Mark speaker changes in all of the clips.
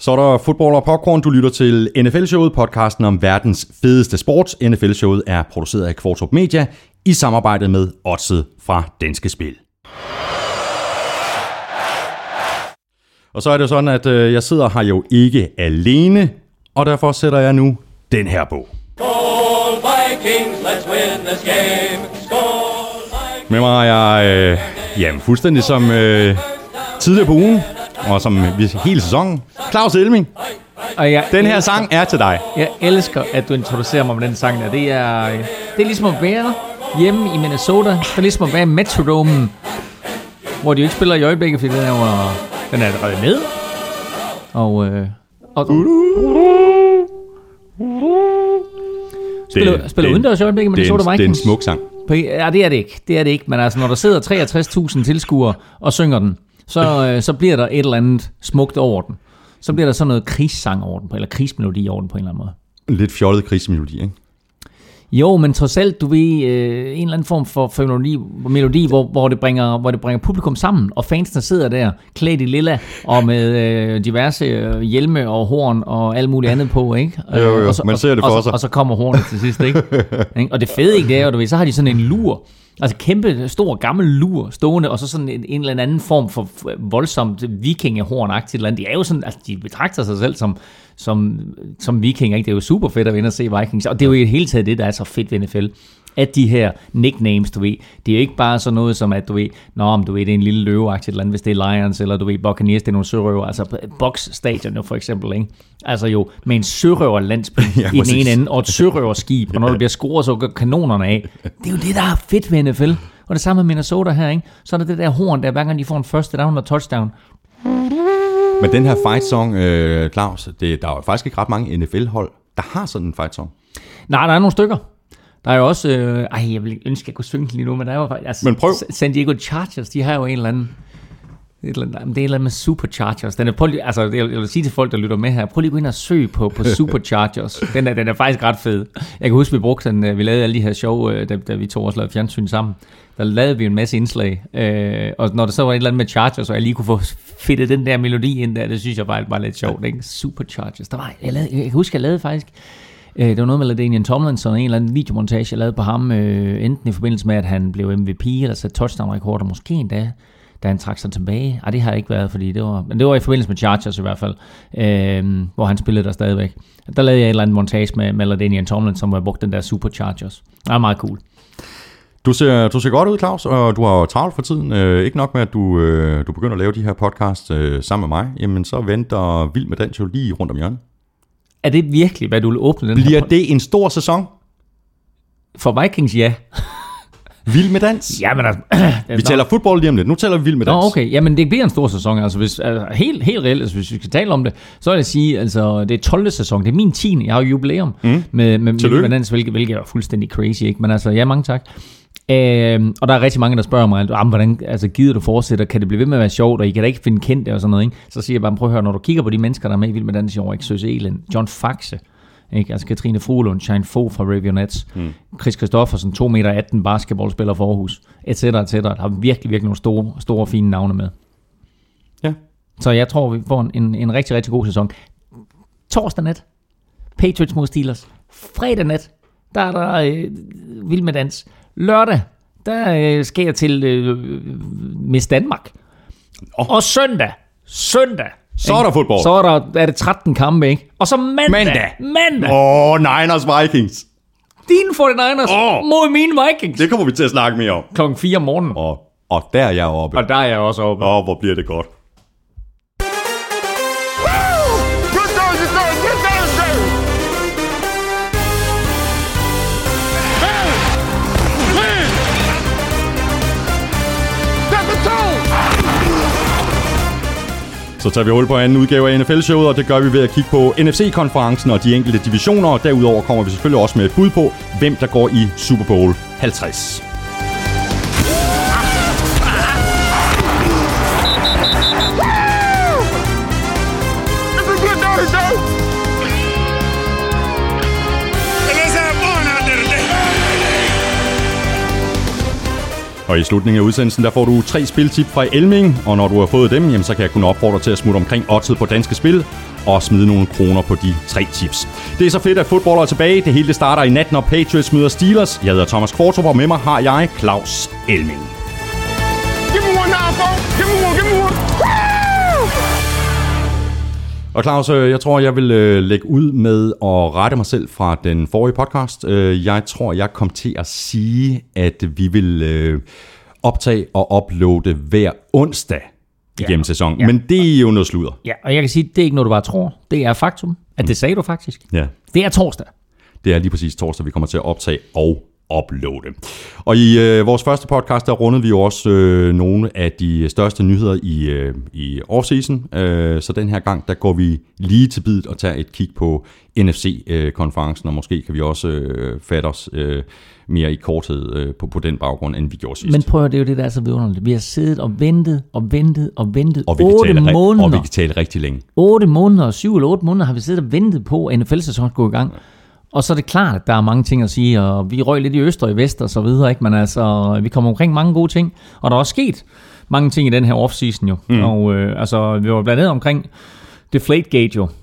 Speaker 1: Så er der Fodbold og Popcorn. Du lytter til NFL-showet, podcasten om verdens fedeste sport. NFL-showet er produceret af Kvartrup Media i samarbejde med Oddset fra Danske Spil. Og så er det sådan, at jeg sidder her jo ikke alene, og derfor sætter jeg nu den her på.
Speaker 2: Skål Vikings, let's win this game. Skål Vikings.
Speaker 1: Med mig er jeg fuldstændig som tidligere på ugen, og som hele sæsonen, Claus Elming.
Speaker 3: Og
Speaker 1: Den her sang er til dig.
Speaker 3: Jeg elsker, at du introducerer mig med den sang der. Det er ligesom at være hjemme i Minnesota. Det er ligesom at være i Metrodomen, hvor de ikke spiller i øjeblikket, fordi den er allerede ned. Spiller udendørs i øjeblikket med Minnesota Vikings.
Speaker 1: Det er en smuk sang.
Speaker 3: Ja, det er det ikke. Det er det ikke. Men altså, når der sidder 63.000 tilskuere og synger den, så bliver der et eller andet smukt over den. Så bliver der sådan noget krigssang over den, eller krigsmelodi over den på en eller anden måde.
Speaker 1: En lidt fjollet krigsmelodi, ikke?
Speaker 3: Jo, men trods alt, du ved, en eller anden form for melodi, hvor det bringer publikum sammen, og fansene sidder der, klædt i lilla, og med diverse hjelme og horn og alt muligt andet på, ikke?
Speaker 1: Jo, man ser det for sig.
Speaker 3: Og så kommer hornet til sidst, ikke? Og det fede ikke, det er jo, du ved, så har de sådan en lur, altså kæmpe, stor, gammel lur stående, og så sådan en eller anden form for voldsomt vikingehorn-agtigt eller andet. De er jo sådan, altså de betragter sig selv som vikinger, ikke? Det er jo super fedt at vinde og se Vikings, og det er jo i det hele taget det, der er så fedt ved NFL. At de her nicknames, du ved, det er jo ikke bare sådan noget som, at du ved, det er en lille løveagtigt eller andet, hvis det er Lions, eller du ved, Buccaneers, det er nogle sørøver, altså Bucs Stadion jo for eksempel, ikke? Altså jo, med en sørøverlandsby i den ene ende, og et sørøverskib, og når der bliver scoret, så går kanonerne af. Det er jo det, der er fedt ved NFL. Og det samme med Minnesota her, ikke? Så er der det der horn, der hver gang de får en første down og touchdown.
Speaker 1: Men den her fight song, Claus, der er jo faktisk ikke ret mange NFL-hold, der har sådan en fight song. Nej,
Speaker 3: der er nogle stykker. Der er jo også... jeg vil ønske, at jeg kunne synge lige nu, men der er jo faktisk... Altså,
Speaker 1: men prøv.
Speaker 3: San Diego Chargers, de har jo en eller anden... Det er et eller andet med Superchargers. Jeg vil sige til folk, der lytter med her, prøv lige at gå ind og søg på Superchargers. Den er faktisk ret fed. Jeg kan huske, vi brugte den, vi lavede alle de her show, da vi to også lavede fjernsyn sammen. Der lavede vi en masse indslag. Og når der så var et eller andet med Chargers, og jeg lige kunne få fedtet den der melodi ind der, det synes jeg bare var lidt sjovt. Ikke? Superchargers. Jeg kan huske, jeg lavede faktisk... Det var noget med Daniel Tomlinson og en eller anden videomontage, jeg lavede på ham, enten i forbindelse med, at han blev MVP, eller satte touchdown-rekord, og måske endda, da han trak sig tilbage. Det har ikke været, fordi men det var i forbindelse med Chargers i hvert fald, hvor han spillede der stadigvæk. Der lavede jeg en eller anden montage med Daniel Tomlinson, hvor jeg brugte den der Superchargers. Det var meget cool.
Speaker 1: Du ser godt ud, Claus, og du har jo travlt for tiden. Ikke nok med, at du begynder at lave de her podcasts sammen med mig, jamen så venter Vild med Dans jo lige rundt om hjørnet.
Speaker 3: Er det virkelig, hvad du vil åbne den
Speaker 1: Bliver det en stor sæson?
Speaker 3: For Vikings, ja.
Speaker 1: Vild med Dans?
Speaker 3: Ja, men
Speaker 1: vi taler fodbold lige om lidt. Nu taler vi Vild med Dans.
Speaker 3: Okay. Jamen, det bliver en stor sæson. Altså, helt reelt, hvis vi skal tale om det, så vil jeg sige, altså, det er 12. sæson. Det er min 10. Jeg har jo jubilæum med Vild med Dans, hvilket er fuldstændig crazy, ikke? Men altså, ja, mange tak. Og der er rigtig mange, der spørger mig, hvordan gider du fortsætte, kan det blive ved med at være sjovt, og I kan da ikke finde kendte og sådan noget, ikke? Så siger jeg bare, prøv at høre, når du kigger på de mennesker, der er med i Vild med Dans i år, ikke? Søse Elend, John Faxe, ikke? Altså Katrine Frohlund, Shine Fogh fra Ravionettes, Chris Christoffersen, 2,18 meter basketballspiller for Aarhus, etc. Der har virkelig nogle store fine navne med.
Speaker 1: Ja.
Speaker 3: Så jeg tror, vi får en rigtig, rigtig god sæson. Torsdag nat, Patriots mod Steelers. Fredag nat, der er der Vild med Dans. Lørdag, der skal jeg til Miss Danmark. Og søndag. Så
Speaker 1: er der fodbold.
Speaker 3: Så er det 13 kampe, ikke? Og så mandag.
Speaker 1: Niners Vikings.
Speaker 3: Dine 49ers mod mine Vikings.
Speaker 1: Det kommer vi til at snakke mere om.
Speaker 3: 4:00 om morgenen.
Speaker 1: Og der er jeg oppe.
Speaker 3: Og der er jeg også oppe.
Speaker 1: Hvor bliver det godt. Så tager vi hul på anden udgave af NFL-showet, og det gør vi ved at kigge på NFC-konferencen og de enkelte divisioner. Og derudover kommer vi selvfølgelig også med et bud på, hvem der går i Super Bowl 50. Og i slutningen af udsendelsen, der får du 3 spiltip fra Elming, og når du har fået dem, jamen, så kan jeg kun opfordre til at smutte omkring oddset på Danske Spil og smide nogle kroner på de 3 tips. Det er så fedt, at fodbold er tilbage. Det hele starter i nat, når Patriots møder Steelers. Jeg hedder Thomas Kvartrup, og med mig har jeg Claus Elming. Og Claus, jeg tror, jeg vil lægge ud med at rette mig selv fra den forrige podcast. Jeg tror, jeg kom til at sige, at vi vil optage og uploade hver onsdag igennem sæsonen. Ja. Men det er jo noget sludder.
Speaker 3: Ja, og jeg kan sige, det er ikke noget, du bare tror. Det er faktum, at det sagde du faktisk.
Speaker 1: Ja.
Speaker 3: Det er torsdag.
Speaker 1: Det er lige præcis torsdag, vi kommer til at optage og uploade. Og i vores første podcast, der rundede vi jo også nogle af de største nyheder i offseason. Så den her gang, der går vi lige til biddet og tager et kig på NFC-konferencen, og måske kan vi også fatte os mere i korthed på den baggrund, end vi gjorde sidst.
Speaker 3: Men prøv at det er jo det, der er så vidunderligt. Vi har siddet og ventet.
Speaker 1: Og vi kan
Speaker 3: 8 måneder.
Speaker 1: Og vi kan tale rigtig længe.
Speaker 3: 8 måneder, 7 eller 8 måneder har vi siddet og ventet på, at NFL-sæsonen går i gang. Og så er det klart, at der er mange ting at sige, og vi røg lidt i øst og i vest og så videre, ikke? Men altså, vi kommer omkring mange gode ting, og der er også sket mange ting i den her off-season jo. Og altså, vi var blandt andet omkring Deflategate jo,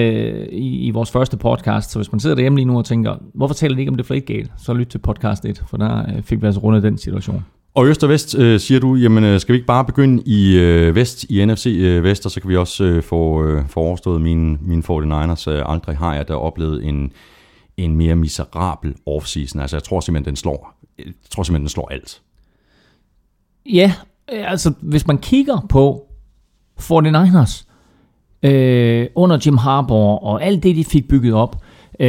Speaker 3: i vores første podcast, så hvis man sidder derhjemme lige nu og tænker, hvorfor taler de ikke om Deflategate, så lyt til podcast 1, for der fik vi altså rundet den situation. Og
Speaker 1: øst og vest, siger du, jamen skal vi ikke bare begynde i vest, i NFC Vest, og så kan vi også få overstået mine 49ers. Aldrig har jeg da oplevet en mere miserabel offseason. Altså jeg tror simpelthen, den slår alt.
Speaker 3: Ja, altså hvis man kigger på 49ers under Jim Harbaugh og alt det, de fik bygget op,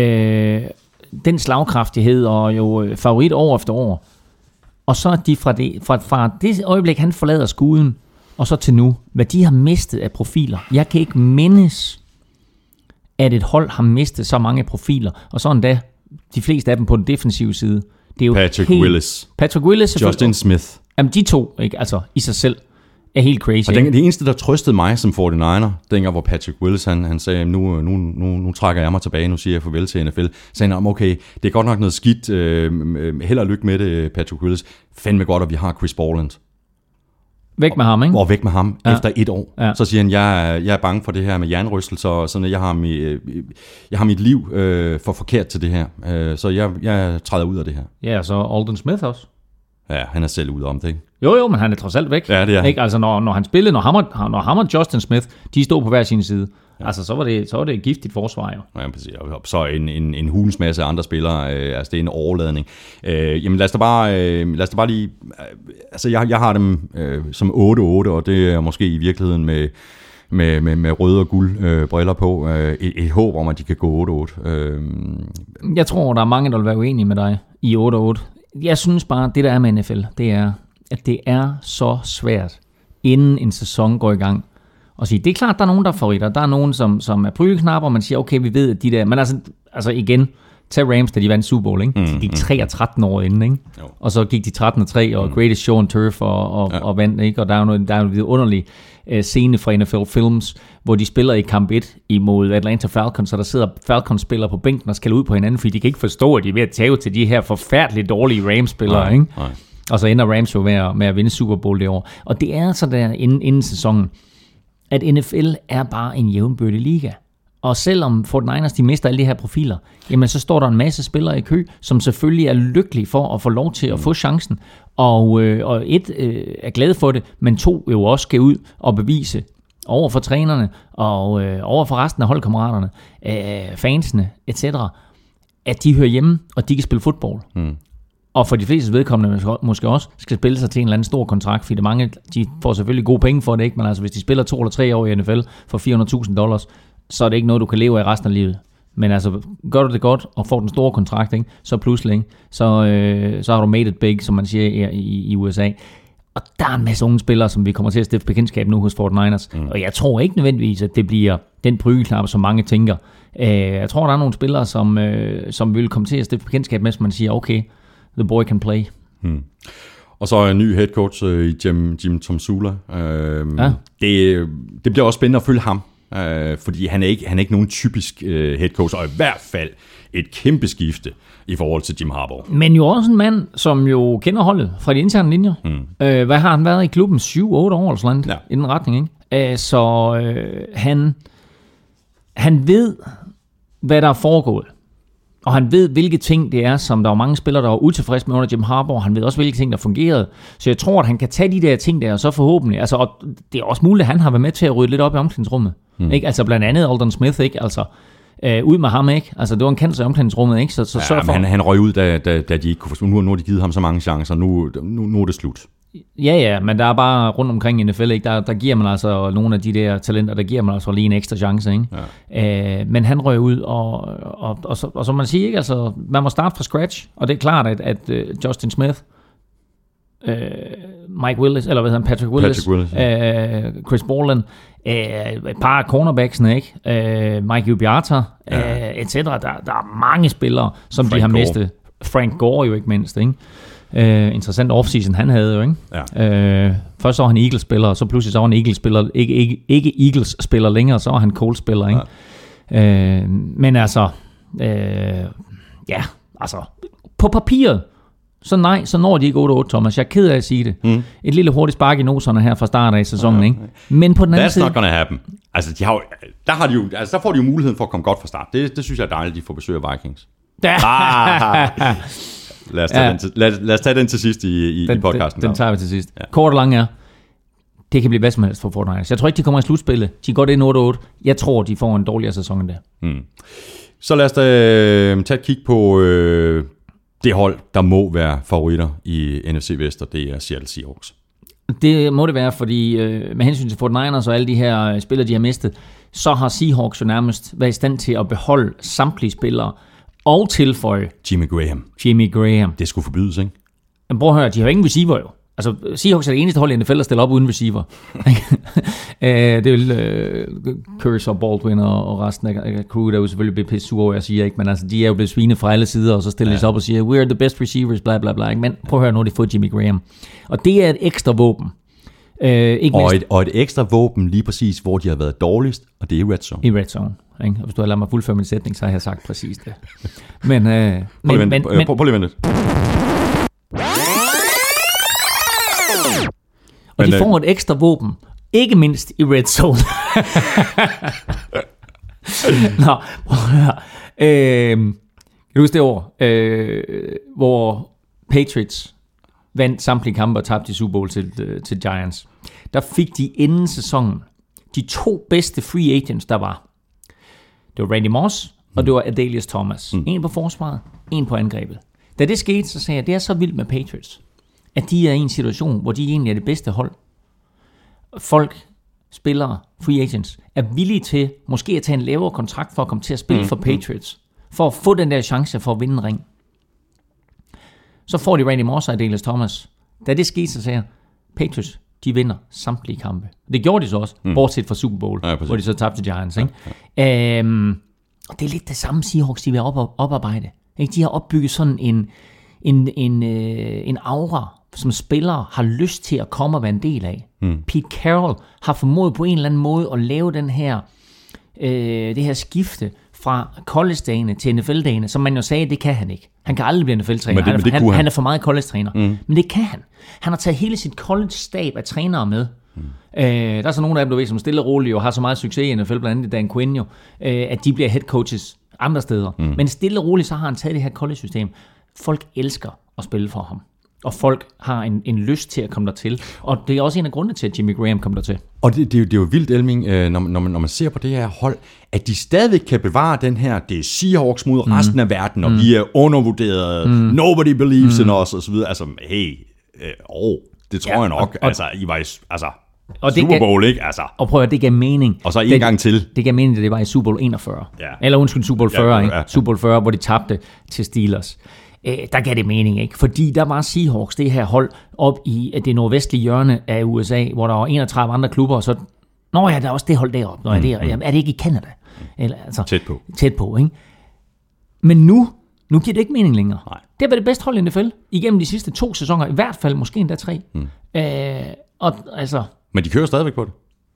Speaker 3: den slagkraftighed og jo favorit år efter år, og så er de fra det øjeblik, han forlader skuden, og så til nu, hvad de har mistet af profiler. Jeg kan ikke mindes, at et hold har mistet så mange profiler, og så endda de fleste af dem på den defensive side. Det er jo
Speaker 1: Patrick Willis, Justin Smith.
Speaker 3: Jamen de to, ikke? Altså i sig selv, er helt crazy.
Speaker 1: Og det eneste, der trøstede mig som 49er, dengang hvor Patrick Willis, han sagde, nu trækker jeg mig tilbage, nu siger jeg farvel til NFL. Så sagde han, okay, det er godt nok noget skidt, held og lykke med det, Patrick Willis. Fandme godt, at vi har Chris Borland.
Speaker 3: Væk med ham, ikke?
Speaker 1: Og væk med ham efter 1 år. Ja. Så siger han, jeg er bange for det her med jernrystelser, så jeg har mit liv for forkert til det her. Så jeg træder ud af det her.
Speaker 3: Ja, og så Aldon Smith også.
Speaker 1: Ja, han er selv ude om det, ikke?
Speaker 3: Jo, men han er trods alt væk.
Speaker 1: Ja, det er.
Speaker 3: Ikke? Altså, når han spillede, når ham og Justin Smith, de stod på hver sin side. Ja. Altså, så var det et giftigt forsvar, jo.
Speaker 1: Ja, præcis. Og så en hulens masse andre spillere. Altså, det er en overladning. Jamen, lad os da bare lige... altså, jeg har dem som 8-8, og det er måske i virkeligheden med røde og guld briller på. Et håb om, at de kan gå 8-8.
Speaker 3: Jeg tror, der er mange, der vil være uenige med dig i 8-8. Jeg synes bare, det der er med NFL, det er, at det er så svært, inden en sæson går i gang, at sige, det er klart, der er nogen, der er favoritter. Der er nogen, som er prygeknapper, og man siger, okay, vi ved, at de der... Men altså igen, tag Rams, da de vandt Super Bowl, ikke? De gik 3-13 år inden, ikke? Jo. Og så gik de 13-3, og Greatest Show on Turf, og vandt, ikke? Og der er jo en vidunderlig scene fra NFL Films, hvor de spiller i kamp 1 imod Atlanta Falcons, og der sidder Falcons-spillere på bænken og skælder ud på hinanden, fordi de kan ikke forstå, at de er ved at tage til de her forfærdeligt dårlige Rams-spillere, ikke? Nej. Og så ender Rams jo med at vinde Super Bowl det år. Og det er så der inden sæsonen, at NFL er bare en jævnbyrdig liga. Og selvom 49ers de mister alle de her profiler, jamen så står der en masse spillere i kø, som selvfølgelig er lykkelige for at få lov til at få chancen. Og et er glad for det, men 2 jo også skal ud og bevise over for trænerne og over for resten af holdkammeraterne, fansene, etc., at de hører hjemme, og de kan spille fodbold. Og for de fleste vedkommende måske også skal spille sig til en eller anden stor kontrakt, fordi mange de får selvfølgelig gode penge for det, ikke? Men altså hvis de spiller 2 eller 3 år i NFL for $400,000, så er det ikke noget, du kan leve af resten af livet. Men altså, gør du det godt og får den store kontrakt, ikke? Så pludselig, ikke? Så har du made it big, som man siger i USA. Og der er en masse unge spillere, som vi kommer til at stifte bekendtskab nu hos 49ers. Og jeg tror ikke nødvendigvis, at det bliver den prygeknap, som mange tænker. Jeg tror, der er nogle spillere, som vil komme til at stifte bekendtskab med, som man siger, okay, the boy can play.
Speaker 1: Og så en ny head coach i Jim Tomsula. Det bliver også spændende at følge ham Fordi han er ikke nogen typisk head coach, og i hvert fald et kæmpe skifte i forhold til Jim Harbaugh.
Speaker 3: Men jo også en mand, som jo kender holdet fra de interne linjer. Hvad har han været i klubben? 7-8 år eller sådan noget, i den retning, ikke? Så han ved, hvad der er foregået. Og han ved, hvilke ting det er, som der var mange spillere, der var utilfredse med under Jim Harbaugh. Han ved også, hvilke ting, der fungerede. Så jeg tror, at han kan tage de der ting der, og så forhåbentlig. Altså, og det er også muligt, at han har været med til at rydde lidt op i omklædningsrummet. Ikke? Altså blandt andet Aldon Smith, ikke? Altså, ud med ham, ikke? Altså, det var en kendelse i omklædningsrummet, ikke? Så sørg for...
Speaker 1: Han røg ud, da de ikke kunne forstå. Nu har de givet ham så mange chancer. Nu er det slut.
Speaker 3: Ja, men der er bare rundt omkring i NFL, ikke? Der giver man altså nogle af de der talenter, der giver man altså lige en ekstra chance, ikke? Ja. Men han røg ud, og så man siger, ikke? Altså, man må starte fra scratch, og det er klart, at Justin Smith, Mike Willis, eller hvad hedder han, Patrick Willis, Chris Borland, et par af cornerbacksene, ikke? Mike Ubiata, etc. Der er mange spillere, som Frank de har mistet. Frank Gore jo ikke mindst, ikke? Interessant offseason han havde jo, ikke? Ja. Først så var han Eagles-spiller, og så pludselig så var han Eagles-spiller, ikke Eagles-spiller længere, så var han Colts-spiller, ikke? Ja. Men altså, altså, på papiret, så når de ikke 8-8, Thomas. Jeg er ked af at sige det. Et lille hurtigt spark i noserne her fra start af sæsonen, ikke? Men på den anden side...
Speaker 1: That's not gonna happen. Altså, der får de jo muligheden for at komme godt fra start. Det synes jeg er dejligt, de får besøg af Vikings. Lad os tage den til sidst i podcasten.
Speaker 3: Den tager vi til sidst. Ja. Kort og lang er, det kan blive hvad som helst for 49ers. Jeg tror ikke, de kommer i slutspillet. De går det 8-8. Jeg tror, de får en dårligere sæson end det.
Speaker 1: Så lad os da tage et kig på det hold, der må være favoritter i NFC Vest, og det er Seattle Seahawks.
Speaker 3: Det må det være, fordi med hensyn til 49ers og alle de her spillere, de har mistet, så har Seahawks jo nærmest været i stand til at beholde samtlige spillere og tilføje Jimmy Graham.
Speaker 1: Det skulle forbydes, ikke?
Speaker 3: Men prøv at høre, de har ingen receiver jo. Altså, Seahawks er det eneste hold i NFL, der stiller op uden receiver. Det er jo Curse og Baldwin og resten af crew, der jo selvfølgelig bliver pisse sure over, jeg siger, ikke? Men altså, de er jo blevet svinet fra alle sider, og så stiller de sig op og siger, we're the best receivers, bla bla bla. Ikke? Men prøv at høre, nu har de fået Jimmy Graham. Og det er et ekstra våben.
Speaker 1: Og et ekstra våben lige præcis, hvor de har været dårligst, og det er i red zone.
Speaker 3: I red zone. Ikke? Og hvis du har ladet mig fuldføre min sætning, så har jeg sagt præcis det. Men,
Speaker 1: prøv lige vente.
Speaker 3: Og de får et ekstra våben, ikke mindst i red zone. Nå, prøv at høre. Kan du huske det år, hvor Patriots vandt samtlige kampe og tabte i Super Bowl til Giants? Der fik de inden sæsonen de 2 bedste free agents, der var. Det var Randy Moss, og det var Adalius Thomas. En på forsvaret, en på angrebet. Da det skete, så sagde jeg, det er så vildt med Patriots, at de er i en situation, hvor de egentlig er det bedste hold. Folk, spillere, free agents, er villige til måske at tage en lavere kontrakt for at komme til at spille for Patriots, for at få den der chance for at vinde en ring. Så får de Randy Moss og Adalius Thomas. Da det skete, så sagde jeg, Patriots, de vinder samtlige kampe. Det gjorde de så også, bortset fra Super Bowl, hvor de så tabte til Giants. Ikke? Og det er lidt det samme Seahawks, de vil oparbejde. Ikke? De har opbygget sådan en aura, som spillere har lyst til at komme og være en del af. Pete Carroll har formået på en eller anden måde at lave det her skifte fra college-dagene til NFL-dagene, som man jo sagde, det kan han ikke. Han kan aldrig blive NFL-træner. Han er for meget college-træner. Men det kan han. Han har taget hele sit college-stab af trænere med. Der er så nogle af dem, du ved, som stille og roligt og har så meget succes i NFL, blandt andet Dan Quinn jo, at de bliver head coaches andre steder. Men stille og roligt, så har han taget det her college-system. Folk elsker at spille for ham. Og folk har en lyst til at komme dertil. Og det er også en af grundene til, at Jimmy Graham kom dertil.
Speaker 1: Og det er jo vildt, Elming, når man ser på det her hold, at de stadig kan bevare den her, det er Seahawks mod resten af verden, og vi er undervurderet, nobody believes in us, og så videre. Altså, hey, det tror jeg nok. I var og Super Bowl, ikke? Altså.
Speaker 3: Og prøv at det gav mening.
Speaker 1: Og så en gang til.
Speaker 3: Det gav mening, at det var i Super Bowl 41. Ja. Eller undskyld, Super Bowl 40, ikke? Super Bowl 40, hvor de tabte til Steelers. Der gav det mening, ikke? Fordi der var Seahawks, det her hold, op i det nordvestlige hjørne af USA, hvor der var 31 andre klubber, og så... Nå ja, der er også det hold deroppe. Er det ikke i Canada? Eller, altså, Tæt på, ikke? Men nu giver det ikke mening længere. Nej. Det har været det bedste hold i NFL igennem de sidste 2 sæsoner, i hvert fald måske endda 3. Og altså...
Speaker 1: Men de kører stadigvæk på det.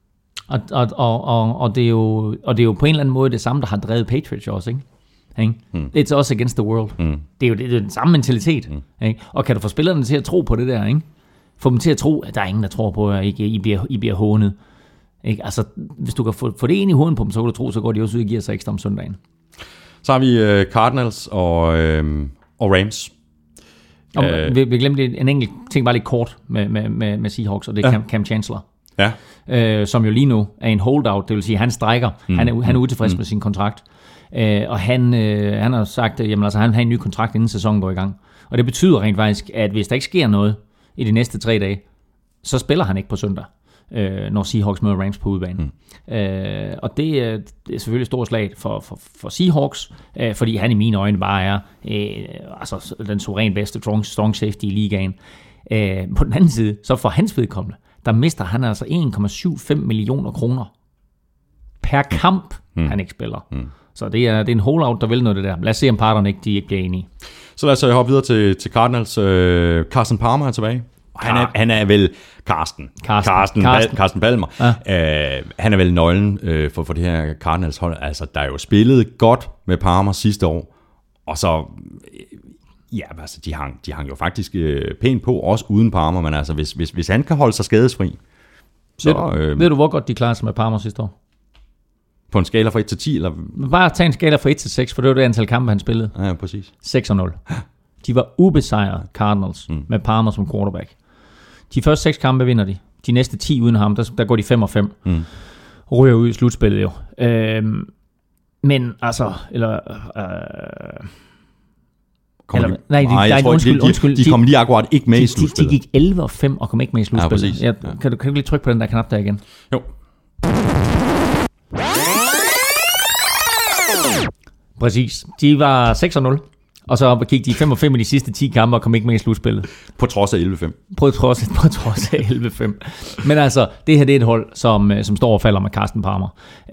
Speaker 3: Og det er jo på en eller anden måde det samme, der har drevet Patriots også, ikke? It's us against the world. Det er jo den samme mentalitet. Ikke? Og kan du få spillerne til at tro på det der, ikke? Få dem til at tro, at der er ingen, der tror på, at I bliver hånet. Ikke? Altså, hvis du kan få det ind i hovedet på dem, så kan du tro, så går de også ud og giver sig ekstra om søndagen.
Speaker 1: Så har vi Cardinals og Rams.
Speaker 3: Vi glemte en enkelt ting bare lidt kort med Seahawks, og det er Cam Chancellor.
Speaker 1: Ja.
Speaker 3: Som jo lige nu er en holdout, det vil sige, han strækker. Han er utilfreds med sin kontrakt. Og han har sagt, at han har en ny kontrakt, inden sæsonen går i gang. Og det betyder rent faktisk, at hvis der ikke sker noget i de næste 3 dage, så spiller han ikke på søndag, når Seahawks møder Rams på udbanen. Og det er selvfølgelig et stort slag for Seahawks, fordi han i mine øjne bare er den suveræn bedste strong safety i ligaen. På den anden side, så for hans vedkommende, der mister han altså 1,75 millioner kroner per kamp, han ikke spiller. Så det er en holdout, der vil noget det der. Lad os se, om parterne ikke bliver enige.
Speaker 1: Så lad os hoppe videre til Cardinals. Carson Palmer er tilbage. Han er vel Carsten Palmer. Ja. Han er vel nøglen for det her Cardinals hold. Altså, der er jo spillet godt med Palmer sidste år. Og så... Ja, altså, de hang jo faktisk pænt på, også uden Palmer. Men altså, hvis han kan holde sig skadesfri... Så,
Speaker 3: ved du, hvor godt de klarede sig med Palmer sidste år?
Speaker 1: På en skala fra 1 til 10? Eller?
Speaker 3: Bare tage en skala fra 1 til 6, for det var det antal kampe, han spillede.
Speaker 1: Ja, præcis.
Speaker 3: 6-0. De var ubesejret, Cardinals, med Palmer som quarterback. De første 6 kampe vinder de. De næste 10 uden ham, der går de 5-5. Ryger ud i slutspillet jo. Men altså...
Speaker 1: Undskyld. De kom lige akkurat ikke med i slutspillet.
Speaker 3: De gik 11-5 og kom ikke med i slutspillet. Ja, kan du lige trykke på den der knap der igen?
Speaker 1: Jo.
Speaker 3: Præcis. De var 6-0, og så gik de 5-5 i de sidste 10 kampe og kom ikke med i slutspillet.
Speaker 1: På trods af 11-5.
Speaker 3: På trods af 11-5. Men altså, det her det er et hold, som står og falder med Carsten Palmer.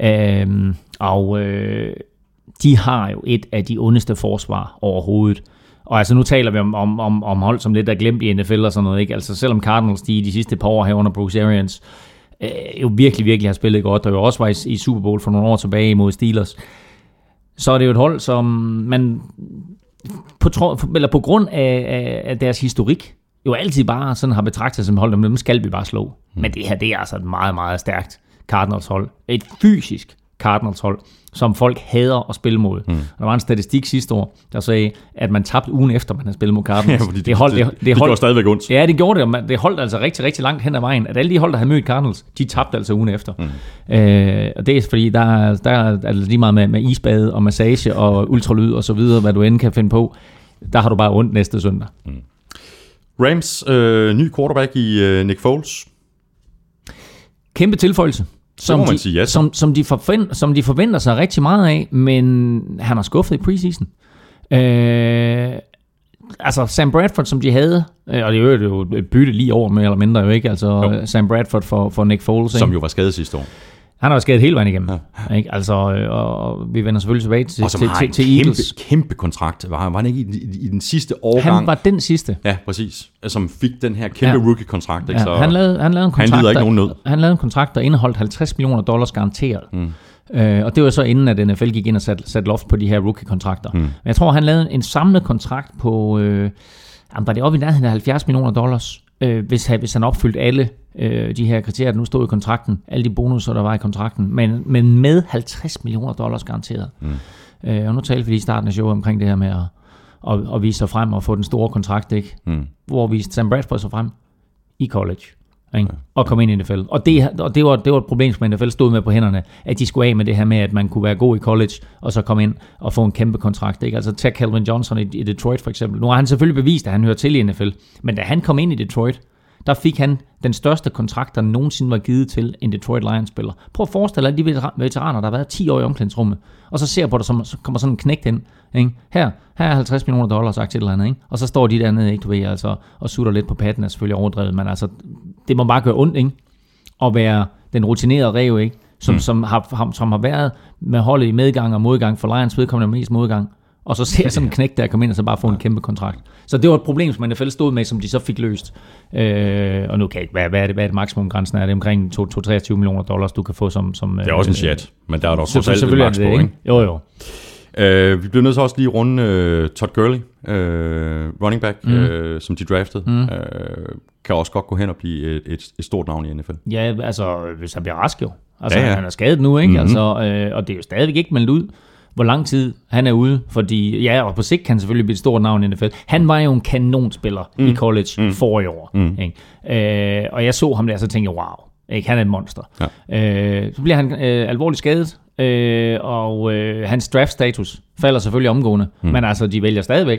Speaker 3: De har jo et af de ondeste forsvar overhovedet. Og altså nu taler vi om hold, som lidt er glemt i NFL og sådan noget, ikke? Altså selvom Cardinals de sidste par år her under Bruce Arians jo virkelig har spillet godt, og jo også var i Super Bowl for nogle år tilbage imod Steelers, så er det jo et hold, som man på grund af deres historik jo altid bare sådan har betragtet som hold, dem skal vi bare slå. Men det her, det er altså et meget, meget stærkt Cardinals hold. Et fysisk Cardinals hold, som folk hader at spille mod. Der var en statistik sidste år, der sagde, at man tabte ugen efter, man havde spillet mod Cardinals.
Speaker 1: Ja, det holdt stadigvæk ondt.
Speaker 3: Ja, det gjorde det, og det holdt altså rigtig, rigtig langt hen ad vejen, at alle de hold, der havde mødt Cardinals, de tabte altså ugen efter. Og det er fordi, der er lige meget med isbade og massage og ultralyd og så videre, hvad du end kan finde på. Der har du bare ondt næste søndag.
Speaker 1: Rams, ny quarterback i Nick Foles.
Speaker 3: Kæmpe tilføjelse. Som de forventer sig rigtig meget af, men han har skuffet i preseason. Altså Sam Bradford, som de havde, og det er jo et bytte lige over med eller mindre jo ikke, altså Sam Bradford for Nick Foles.
Speaker 1: Som jo var skadet sidste år.
Speaker 3: Han har jo skadet hele vejen igennem. Ja. Ikke? Altså, og vi vender selvfølgelig tilbage til Eagles.
Speaker 1: Kæmpe kontrakt. Var han ikke i den sidste årgang?
Speaker 3: Han var den sidste.
Speaker 1: Ja, præcis. Som fik den her kæmpe rookie-kontrakt. Ikke?
Speaker 3: Ja,
Speaker 1: så
Speaker 3: han lavede en kontrakt,
Speaker 1: han lider ikke nogen nød.
Speaker 3: Han lavede en kontrakt, der indeholdt $50 million garanteret. Og det var så inden, at NFL gik ind og satte loft på de her rookie-kontrakter. Men jeg tror, han lavede en samlet kontrakt på, var det oppe i nærheden af $70 million, hvis han opfyldte alle de her kriterier, der nu stod i kontrakten, alle de bonusser, der var i kontrakten, men med $50 million garanteret. Og nu talte vi lige i starten af showet omkring det her med at vise sig frem og få den store kontrakt, ikke? Hvor viste Sam Bradford sig frem i college. Og komme ind i NFL. Og det var et problem, som NFL stod med på hænderne, at de skulle af med det her med, at man kunne være god i college, og så komme ind og få en kæmpe kontrakt. Ikke? Altså tag Calvin Johnson i Detroit for eksempel. Nu har han selvfølgelig bevist, at han hører til i NFL, men da han kom ind i Detroit, der fik han den største kontrakt, der nogensinde var givet til en Detroit Lions-spiller. Prøv at forestille dig alle de veteraner, der har været 10 år i omklædningsrummet, og så ser på det, så kommer sådan en knægt ind. Ikke? Her er $50 million sagt til et eller andet, ikke? Og så står de dernede, ikke, du ved, altså, og sutter lidt på patten, er selvfølgelig overdrevet, men altså, det må bare gøre ondt, ikke? At være den rutinerede ræv, ikke? Som har været med holdet i medgang og modgang, for Lions vedkommende mest modgang, og så ser jeg sådan en knæk, der kommer ind og så bare få en kæmpe kontrakt. Så det var et problem, som NFL stod med, som de så fik løst. Og nu kan jeg ikke, hvad er det maksimumgrænsen er? Det er omkring $23 million, du kan få som...
Speaker 1: Det er også en chat, men der er der også
Speaker 3: selv et maks på, ikke? Jo.
Speaker 1: Vi bliver nødt til også lige runde Todd Gurley, running back, som de draftede. Kan også godt gå hen og blive et stort navn i NFL.
Speaker 3: Ja, altså hvis han bliver rask jo. Altså han er skadet nu, ikke? Altså, og det er jo stadigvæk ikke meldt ud, hvor lang tid han er ude. Fordi, og på sigt kan han selvfølgelig blive et stort navn i NFL. Han var jo en kanonspiller i college forrige år. Ikke? Og jeg så ham der, så tænkte jeg, wow, ikke? Han er et monster. Ja. Så bliver han alvorligt skadet. Og hans draft-status falder selvfølgelig omgående, men altså de vælger stadigvæk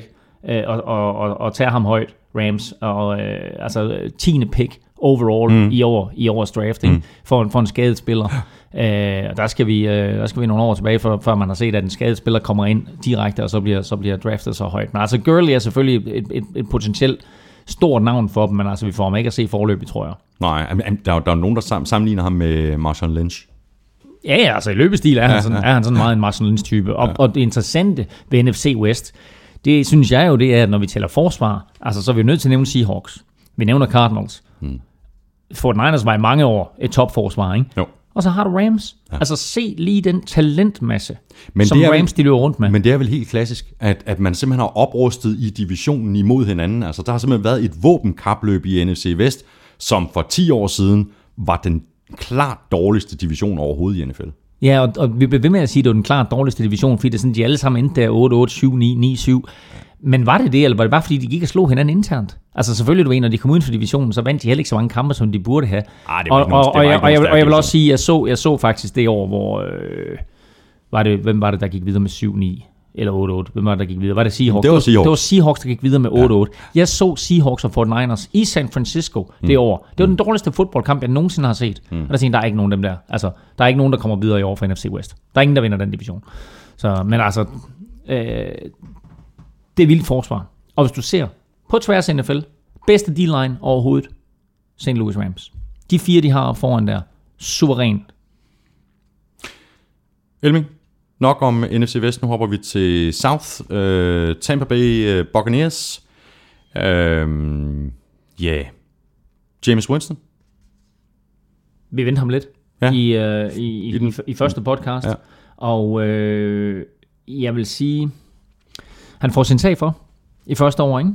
Speaker 3: og tager ham højt, Rams, og altså 10. pick overall i årets draft, for en skadet spiller. Og der skal vi nogle år tilbage, før man har set, at en skadet spiller kommer ind direkte, og så bliver draftet så højt. Men altså Gurley er selvfølgelig et potentielt stort navn for dem, men altså vi får ham ikke at se forløbig, tror jeg.
Speaker 1: Nej, der er nogen, der sammenligner ham med Marshawn Lynch.
Speaker 3: Ja, altså i løbestil er han sådan meget en Marshawn Lynch-type. Og det interessante ved NFC West, det synes jeg jo, det er, at når vi tæller forsvar, altså så er vi nødt til at nævne Seahawks. Vi nævner Cardinals. 49ers var i mange år et topforsvar, ikke? Jo. Og så har du Rams. Ja. Altså se lige den talentmasse, som Rams de løber rundt med.
Speaker 1: Men det er vel helt klassisk, at man simpelthen har oprustet i divisionen imod hinanden. Altså der har simpelthen været et våbenkapløb i NFC Vest, som for 10 år siden var den klart dårligste division overhovedet i NFL.
Speaker 3: Ja, og vi bliver ved med at sige, at det var den klart dårligste division, fordi det er sådan, de alle sammen endte der 8-8, 7-9, 9-7. Men var det, eller var det bare fordi, de gik og slog hinanden internt? Altså selvfølgelig, når de kom uden for divisionen, så vandt de heller ikke så mange kampe, som de burde have. Og jeg vil også sige, jeg så faktisk det år, hvor hvem var det, der gik videre med 7-9? Eller 8-8. Hvem var det, der gik videre? Var det Seahawks? Det var Seahawks, der gik videre med 8-8. Ja. Jeg så Seahawks og 49ers i San Francisco det år. Det var den dårligste fodboldkamp, jeg nogensinde har set. Og der tænkte der er ikke nogen af dem der. Altså, der er ikke nogen, der kommer videre i år fra NFC West. Der er ingen, der vinder den division. Så, men altså, det er vildt forsvar. Og hvis du ser på tværs af NFL, bedste D-line overhovedet, St. Louis Rams. De 4, de har foran der, suverænt.
Speaker 1: Elming? Nok om NFC Vest. Nu hopper vi til South. Tampa Bay Buccaneers. Jameis Winston.
Speaker 3: Vi vendte ham lidt i første podcast. Ja. Og jeg vil sige, han får sin sag for i første år, ikke?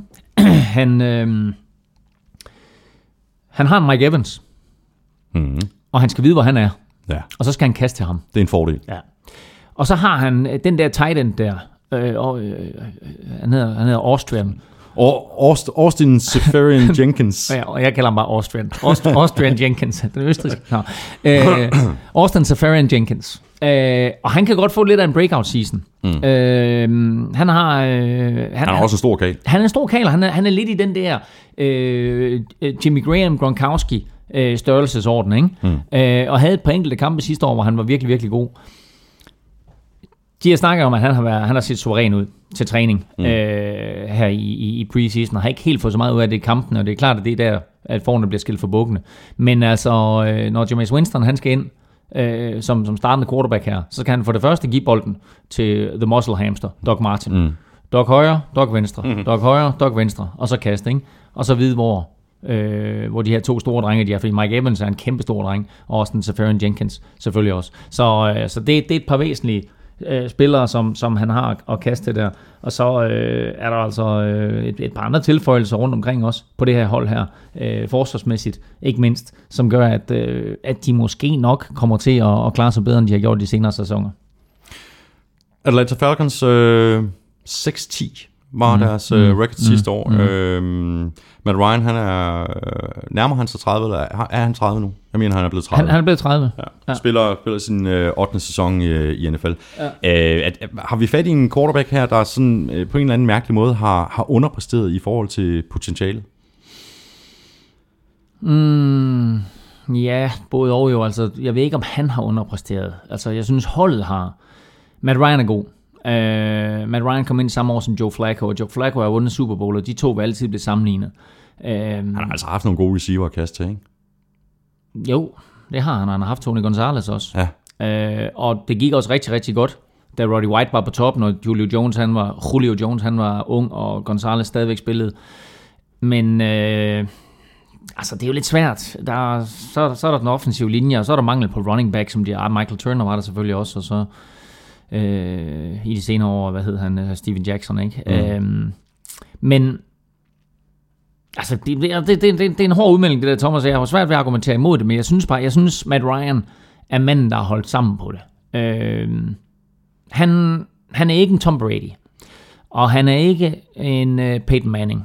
Speaker 3: Han har en Mike Evans. Og han skal vide, hvor han er. Ja. Og så skal han kaste til ham.
Speaker 1: Det er en fordel.
Speaker 3: Ja. Og så har han den der tight end der, han hedder Austrian.
Speaker 1: Austin Seferian Jenkins.
Speaker 3: Ja, og jeg kalder ham bare Austrian. Austrian Jenkins, den østrigske. Austin Seferian Jenkins. Og han kan godt få lidt af en breakout season. Han er
Speaker 1: også en stor kagel.
Speaker 3: Han er en stor kagel, han er lidt i den der Jimmy Graham, Gronkowski størrelsesorden, ikke? Og havde et par enkelte kampe sidste år, hvor han var virkelig, virkelig god. De har snakket om, at han har set suveræn ud til træning her i preseason, og har ikke helt fået så meget ud af det i kampen, og det er klart, at det er der, at forerne bliver skilt for bukkene. Men altså, når Jameis Winston han skal ind som startende quarterback her, så kan han for det første give bolden til The Muscle Hamster, Doc Martin. Doc højre, Doc venstre, Doc højre, Doc venstre, og så kaste, ikke? Og så vide, hvor de her to store drenge de er, fordi Mike Evans er en kæmpe stor dreng, og Austin Seferian Jenkins selvfølgelig også. Så det er et par væsentlige spillere, som han har at kaste der. Og så er der altså et par andre tilføjelser rundt omkring også på det her hold her, forsvarsmæssigt, ikke mindst, som gør, at de måske nok kommer til at klare sig bedre, end de har gjort de senere sæsoner.
Speaker 1: Atlanta Falcons 6-10 var deres record sidste år. Matt Ryan, nærmer han sig 30, eller er han 30 nu? Jeg mener, han er blevet 30.
Speaker 3: Han er blevet 30.
Speaker 1: Ja. Spiller sin 8. sæson i NFL. Ja. Har vi fat i en quarterback her, der sådan, på en eller anden mærkelig måde har underpræsteret i forhold til potentiale?
Speaker 3: Ja, både og jo. Altså, jeg ved ikke, om han har underpræsteret. Altså, jeg synes, holdet har. Matt Ryan er god. Matt Ryan kom ind samme år som Joe Flacco, og Joe Flacco har vundet Super Bowl, og de to vil altid blive sammenlignet.
Speaker 1: Han har altså haft nogle gode receiver at kaste til, ikke?
Speaker 3: Jo, det har han. Han har haft Tony Gonzalez også. Ja. Og det gik også rigtig, rigtig godt da Roddy White var på toppen, og Julio Jones han var ung, og Gonzalez stadigvæk spillede. Men altså, det er jo lidt svært. Så er der den offensive linje, og så er der mangel på running back, som Michael Turner var der selvfølgelig også, og så i de senere år, hvad hed han, Steven Jackson, ikke? Men altså, det er en hård udmelding, det der, Thomas. Jeg har svært ved at argumentere imod det, men jeg synes Matt Ryan er manden, der har holdt sammen på det. Han er ikke en Tom Brady, og han er ikke en Peyton Manning,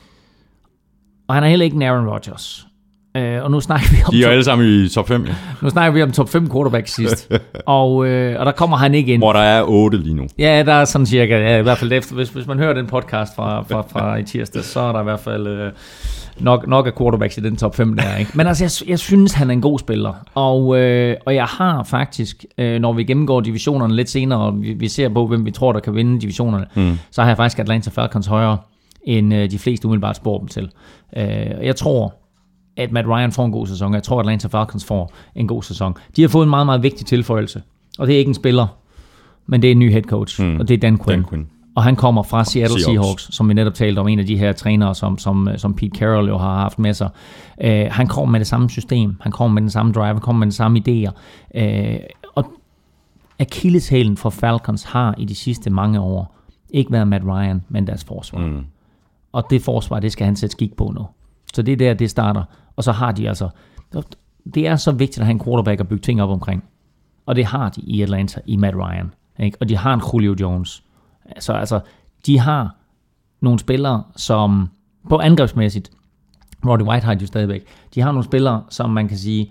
Speaker 3: og han er heller ikke en Aaron Rodgers. Og nu snakker vi om...
Speaker 1: De er jo alle sammen i top 5, ja.
Speaker 3: Nu snakker vi om top 5 quarterback sidst. og der kommer han ikke ind.
Speaker 1: Hvor der er 8 lige nu.
Speaker 3: Ja, der er sådan cirka. Ja, i hvert fald efter, hvis man hører den podcast fra i tirsdag, så er der i hvert fald nok af quarterbacks i den top 5 der, ikke? Men altså, jeg synes, han er en god spiller. Og jeg har faktisk, når vi gennemgår divisionerne lidt senere, og vi ser på, hvem vi tror, der kan vinde divisionerne, så har jeg faktisk Atlanta Falcons højere, end de fleste umiddelbart spår dem til. Jeg tror, at Matt Ryan får en god sæson. Jeg tror, at Atlanta Falcons får en god sæson. De har fået en meget, meget vigtig tilføjelse. Og det er ikke en spiller, men det er en ny head coach. Og det er Dan Quinn. Og han kommer fra Seattle Seahawks, som vi netop talte om, en af de her trænere, som Pete Carroll jo har haft med sig. Han kommer med det samme system. Han kommer med den samme drive. Han kommer med den samme idéer. Og akilleshælen for Falcons har i de sidste mange år ikke været Matt Ryan, men deres forsvar. Og det forsvar, det skal han sætte skik på nu. Så det er der, det starter. Og så har de altså... Det er så vigtigt at have en quarterback og bygge ting op omkring. Og det har de i Atlanta, i Matt Ryan. Ikke? Og de har en Julio Jones. Altså, de har nogle spillere, som... På angrebsmæssigt, Roddy White har de jo stadigvæk. De har nogle spillere, som man kan sige...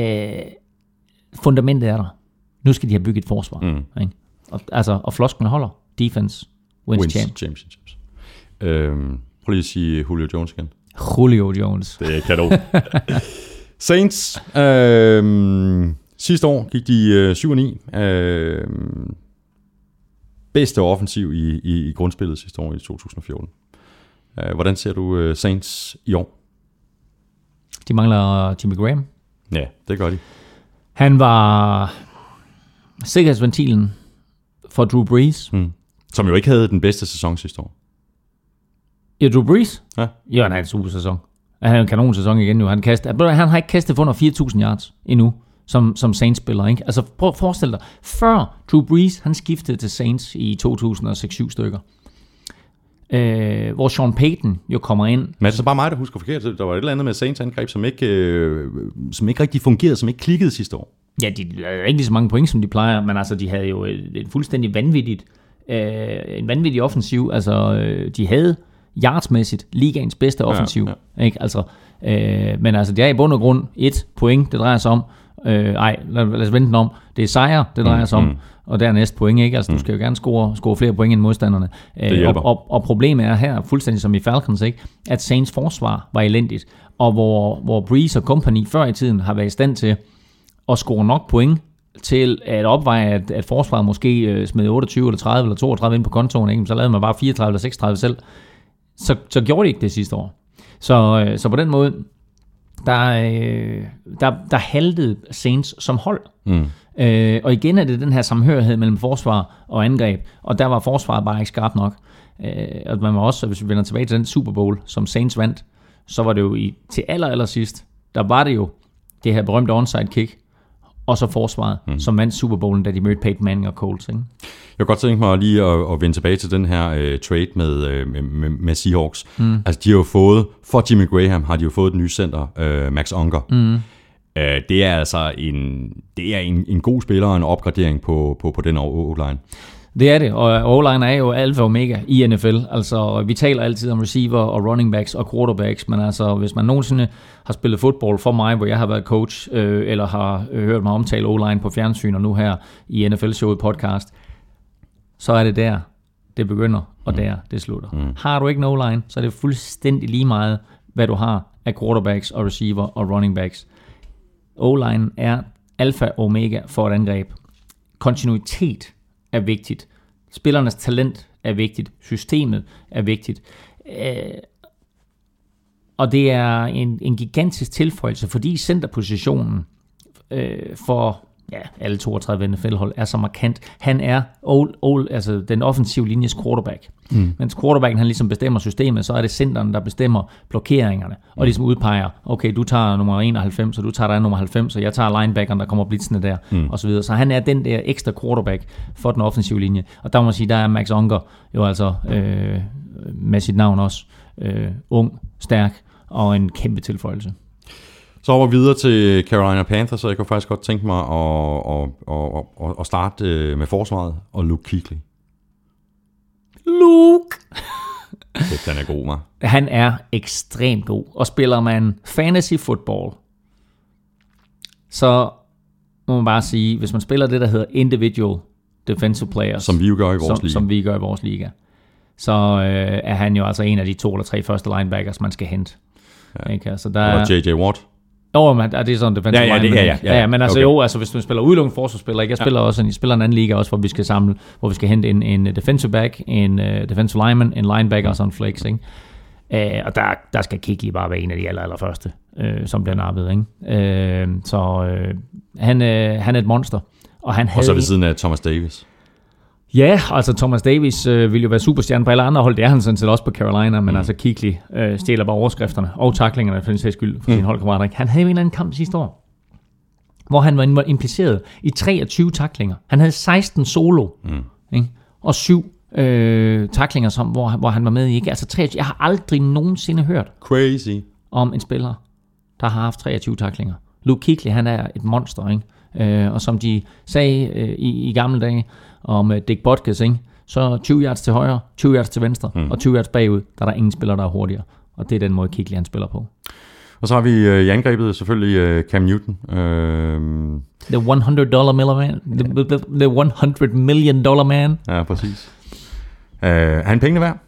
Speaker 3: fundamentet er der. Nu skal de have bygget et forsvar. Ikke? Og flosklen holder. Defense wins
Speaker 1: championships. Prøv lige at sige Julio Jones igen.
Speaker 3: Julio Jones.
Speaker 1: Det er kanon. Saints. Sidste år gik de 7-9. Bedste offensiv i grundspillet sidste år i 2014. Hvordan ser du Saints i år?
Speaker 3: De mangler Jimmy Graham.
Speaker 1: Ja, det gør de.
Speaker 3: Han var sikkerhedsventilen for Drew Brees.
Speaker 1: Som jo ikke havde den bedste sæson sidste år.
Speaker 3: Ja, Drew Brees?
Speaker 1: Ja.
Speaker 3: Ja, han havde en super sæson. Han havde en kanon sæson igen nu. Han har ikke kastet for under 4.000 yards endnu, som Saints-spiller, ikke? Altså, prøv at forestille dig. Før Drew Brees, han skiftede til Saints i 2006-7 stykker. Hvor Sean Payton jo kommer ind.
Speaker 1: Men er det så bare mig, der husker forkert? Der var et eller andet med Saints angreb, som ikke rigtig fungerede, som ikke klikkede sidste år.
Speaker 3: Ja, de havde ikke lige så mange point, som de plejer, men altså, de havde jo et fuldstændig vanvittigt en vanvittig offensiv. Altså, de havde yardsmæssigt ligaens bedste offensiv. Ja. Ikke? Altså, men altså, det er i bund og grund 1 point, det drejer sig om. Lad os vente den om. Det er sejre, det drejer sig om. Og dernæst point, ikke? Altså, du skal jo gerne score flere point end modstanderne. Og problemet er her, fuldstændig som i Falcons, ikke? At Saints forsvar var elendigt. Og hvor Brees og company før i tiden har været i stand til at score nok point til at opveje, at forsvaret måske smed 28 eller 30 eller 32 ind på kontoen, ikke? Så lavede man bare 34 eller 36 selv. Så gjorde de ikke det sidste år. Så på den måde, der haltede Saints som hold. Og igen er det den her samhørighed mellem forsvar og angreb, og der var forsvaret bare ikke skarpt nok. Og man var også, hvis vi vender tilbage til den Super Bowl, som Saints vandt, så var det jo til aller sidst, der var det jo det her berømte onside kick, og så forsvaret, som vandt Super Bowlen, da de mødte Peyton Manning og Colts. Ikke?
Speaker 1: Jeg kan godt tænke mig lige at vende tilbage til den her trade med Seahawks. Altså, de har jo fået, for Jimmy Graham, har de jo fået et nyt center, Max Unger. Det er altså en god spiller og en opgradering på den O-line.
Speaker 3: Det er det, og O-line er jo alfa og omega i NFL. Altså, vi taler altid om receiver og running backs og quarterbacks, men altså, hvis man nogensinde har spillet fodbold for mig, hvor jeg har været coach, eller har hørt mig omtale O-line på fjernsyn, og nu her i NFL-showet podcast, så er det der, det begynder, og der, det slutter. Har du ikke en O-line, så er det fuldstændig lige meget, hvad du har af quarterbacks og receiver og running backs. O-line er alfa og omega for et angreb. Kontinuitet er vigtigt. Spillernes talent er vigtigt. Systemet er vigtigt. Og det er en gigantisk tilføjelse, fordi centerpositionen for alle 32 NFL-hold er så markant. Han er altså den offensive linjes quarterback. Mens quarterbacken han ligesom bestemmer systemet, så er det centeren, der bestemmer blokeringerne, og ligesom udpeger, okay, du tager nummer 91, og du tager nummer 90, og jeg tager linebackeren, der kommer blitzende der, og så videre. Så han er den der ekstra quarterback for den offensive linje. Og der må man sige, der er Max Unger jo altså med sit navn også ung, stærk og en kæmpe tilføjelse.
Speaker 1: Så over videre til Carolina Panthers, så jeg kunne faktisk godt tænke mig at starte med forsvaret og Luke Kuechly.
Speaker 3: Luke!
Speaker 1: Den er god, hva'?
Speaker 3: Han er ekstremt god, og spiller man fantasy football, så må man bare sige, hvis man spiller det, der hedder individual defensive players,
Speaker 1: som vi jo gør i vores liga,
Speaker 3: som vi gør i vores liga, så er han jo altså en af de 2 eller 3 første linebackers, man skal hente.
Speaker 1: Ja.
Speaker 3: Ikke? Altså, der er
Speaker 1: J.J. Watt.
Speaker 3: Men det er sådan defensive lineman. Ja, men altså okay. Altså hvis du spiller udelukkende forsvarsspiller, jeg spiller også jeg spiller en anden liga også, hvor vi skal hente en defensive back, en defensive lineman, en linebacker og sådan en flex, ikke? Og der skal Kuechly bare være en af de allerførste, som bliver nappet, ikke? Han er et monster, og han havde
Speaker 1: og så ved siden af Thomas Davis.
Speaker 3: Ja, altså Thomas Davis vil jo være superstjerne på alle andre hold. Det er han sådan set også på Carolina, men altså Kuechly stjæler bare overskrifterne og taklingerne for den sags skyld for sine holdkammerater. Han havde jo en eller anden kamp sidste år, hvor han var impliceret i 23 taklinger. Han havde 16 solo, ikke? Og 7 taklinger, hvor han var med i. Ikke? Altså 23. Jeg har aldrig nogensinde hørt
Speaker 1: crazy
Speaker 3: om en spiller, der har haft 23 taklinger. Luke Kuechly, han er et monster, ikke? Og som de sagde i gamle dage om Dick Butkus, ikke? Så 20 yards til højre, 20 yards til venstre og 20 yards bagud, der er ingen spiller, der er hurtigere. Og det er den måde, Kuechly han spiller på.
Speaker 1: Og så har vi i angrebet selvfølgelig Cam Newton.
Speaker 3: The $100 man. The $100 million man.
Speaker 1: Ja, præcis. Er han pengene værd?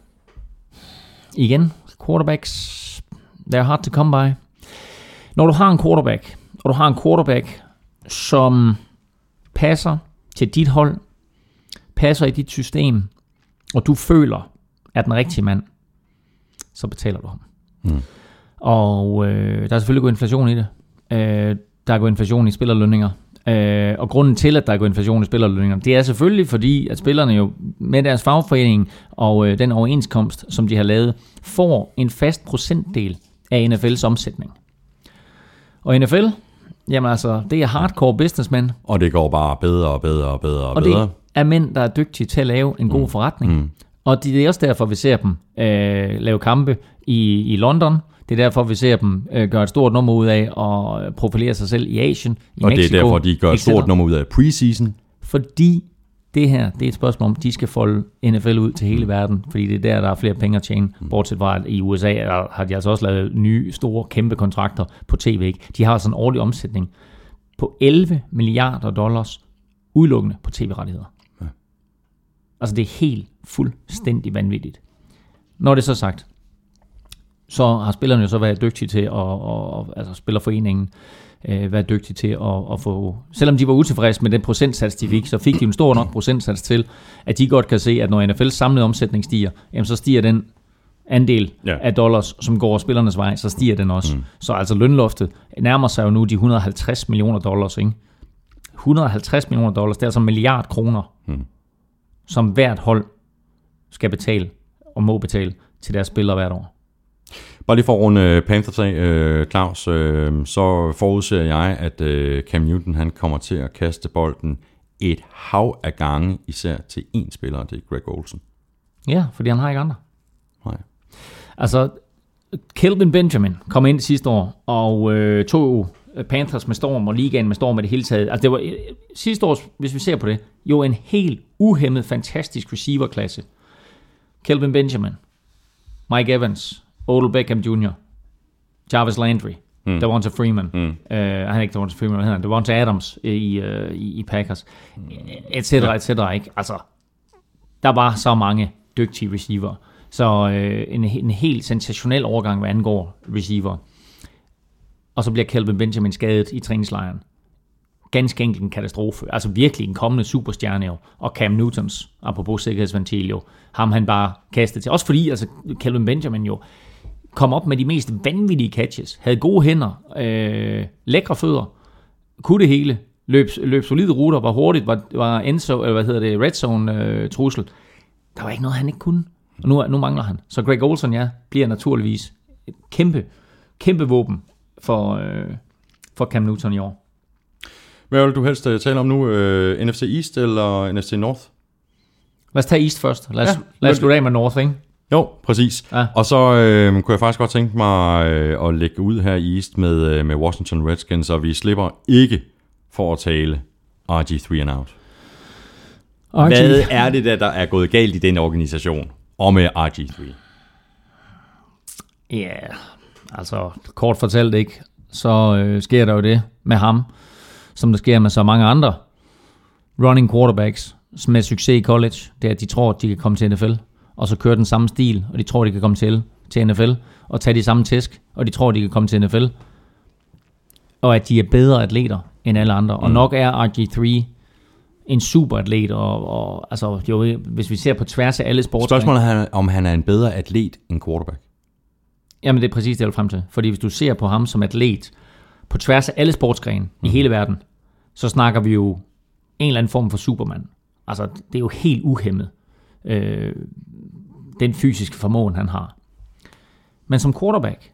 Speaker 3: Igen, quarterbacks, they're hard to come by. Når du har en quarterback, og du har en quarterback, som passer til dit hold, passer i dit system, og du føler, at den rigtige mand, så betaler du ham. Og der er selvfølgelig gået inflation i det. Der er gået inflation i spillerlønninger. Og grunden til, at der er gået inflation i spillerlønninger, det er selvfølgelig fordi, at spillerne jo med deres fagforening og den overenskomst, som de har lavet, får en fast procentdel af NFL's omsætning. Og NFL, jamen altså, det er hardcore businessmen.
Speaker 1: Og det går bare bedre og bedre og bedre og bedre.
Speaker 3: Og det er mænd, der er dygtige til at lave en god forretning. Og det er også derfor, vi ser dem lave kampe i London. Det er derfor, vi ser dem gøre et stort nummer ud af at profilere sig selv i Asien, i
Speaker 1: og
Speaker 3: Mexico.
Speaker 1: Og det er derfor, de gør et stort nummer ud af preseason.
Speaker 3: Fordi det her, det er et spørgsmål om, de skal folde NFL ud til hele verden, fordi det er der er flere penge at tjene. Bortset fra, at i USA har de altså også lavet nye, store, kæmpe kontrakter på tv. De har sådan en årlig omsætning på $11 milliarder udelukkende på tv-rettigheder. Ja. Altså det er helt fuldstændig vanvittigt. Når det er så sagt, så har spillerne jo så været dygtige til altså spillerforeningen været dygtige til at få, selvom de var utilfredse med den procentsats, de fik, så fik de en stor nok procentsats til, at de godt kan se, at når NFL's samlede omsætning stiger, jamen så stiger den andel af dollars, som går spillernes vej, så stiger den også. Så altså lønloftet nærmer sig jo nu de $150 millioner, ikke? $150 millioner, det er altså $1 milliard, som hvert hold skal betale og må betale til deres spillere hvert år.
Speaker 1: Bare lige for at runde Panthers af, Claus, så forudser jeg, at Cam Newton han kommer til at kaste bolden et hav af gange, især til én spiller, det er Greg Olsen.
Speaker 3: Ja, fordi han har ikke andre.
Speaker 1: Nej.
Speaker 3: Altså, Kelvin Benjamin kom ind sidste år og tog Panthers med storm og ligaen med storm med det hele taget. Altså, det var sidste år, hvis vi ser på det, jo en helt uhæmmet, fantastisk receiverklasse. Kelvin Benjamin, Mike Evans, Odell Beckham Jr., Jarvis Landry, Devonta Freeman, han er ikke Devonta Freeman, han Devonta Adams i Packers, et cetera, ikke? Altså, der var så mange dygtige receiver, så en helt sensationel overgang, hvad angår receiver. Og så bliver Kelvin Benjamin skadet i træningslejren. Ganske enkelt en katastrofe. Altså virkelig en kommende superstjerne jo. Og Cam Newtons, apropos sikkerhedsventil jo, ham han bare kastet til. Også fordi altså, Kelvin Benjamin jo kom op med de mest vanvittige catches. Havde gode hænder, lækre fødder, kunne det hele. løb solide ruter, var hurtigt, var red zone trussel. Der var ikke noget, han ikke kunne. Og nu mangler han. Så Greg Olsen, bliver naturligvis et kæmpe våben for Cam Newton i år.
Speaker 1: Hvad vil du helst tale om nu? NFC East eller NFC North?
Speaker 3: Lad os tage East først. Lad os slutte af med North, ikke?
Speaker 1: Jo, præcis. Ja. Og så kunne jeg faktisk godt tænke mig at lægge ud her i East med Washington Redskins, og vi slipper ikke for at tale RG3 and out. Hvad er det, der er gået galt i den organisation og med RG3?
Speaker 3: Ja, altså kort fortalt ikke, så sker der jo det med ham, som der sker med så mange andre running quarterbacks med succes i college. Det er, at de tror, at de kan komme til NFL, og så køre den samme stil, og de tror, at de kan komme til NFL, og tage de samme tæsk, og de tror, at de kan komme til NFL, og at de er bedre atleter end alle andre. Og nok er RG3 en superatlet, og altså, jo, hvis vi ser på tværs af alle sportsgrene.
Speaker 1: Spørgsmålet er, om han er en bedre atlet end quarterback.
Speaker 3: Jamen, det er præcis det, jeg vil frem til. Fordi hvis du ser på ham som atlet, på tværs af alle sportsgrene i hele verden, så snakker vi jo en eller anden form for Superman. Altså, det er jo helt uhæmmet, den fysiske formåen, han har. Men som quarterback,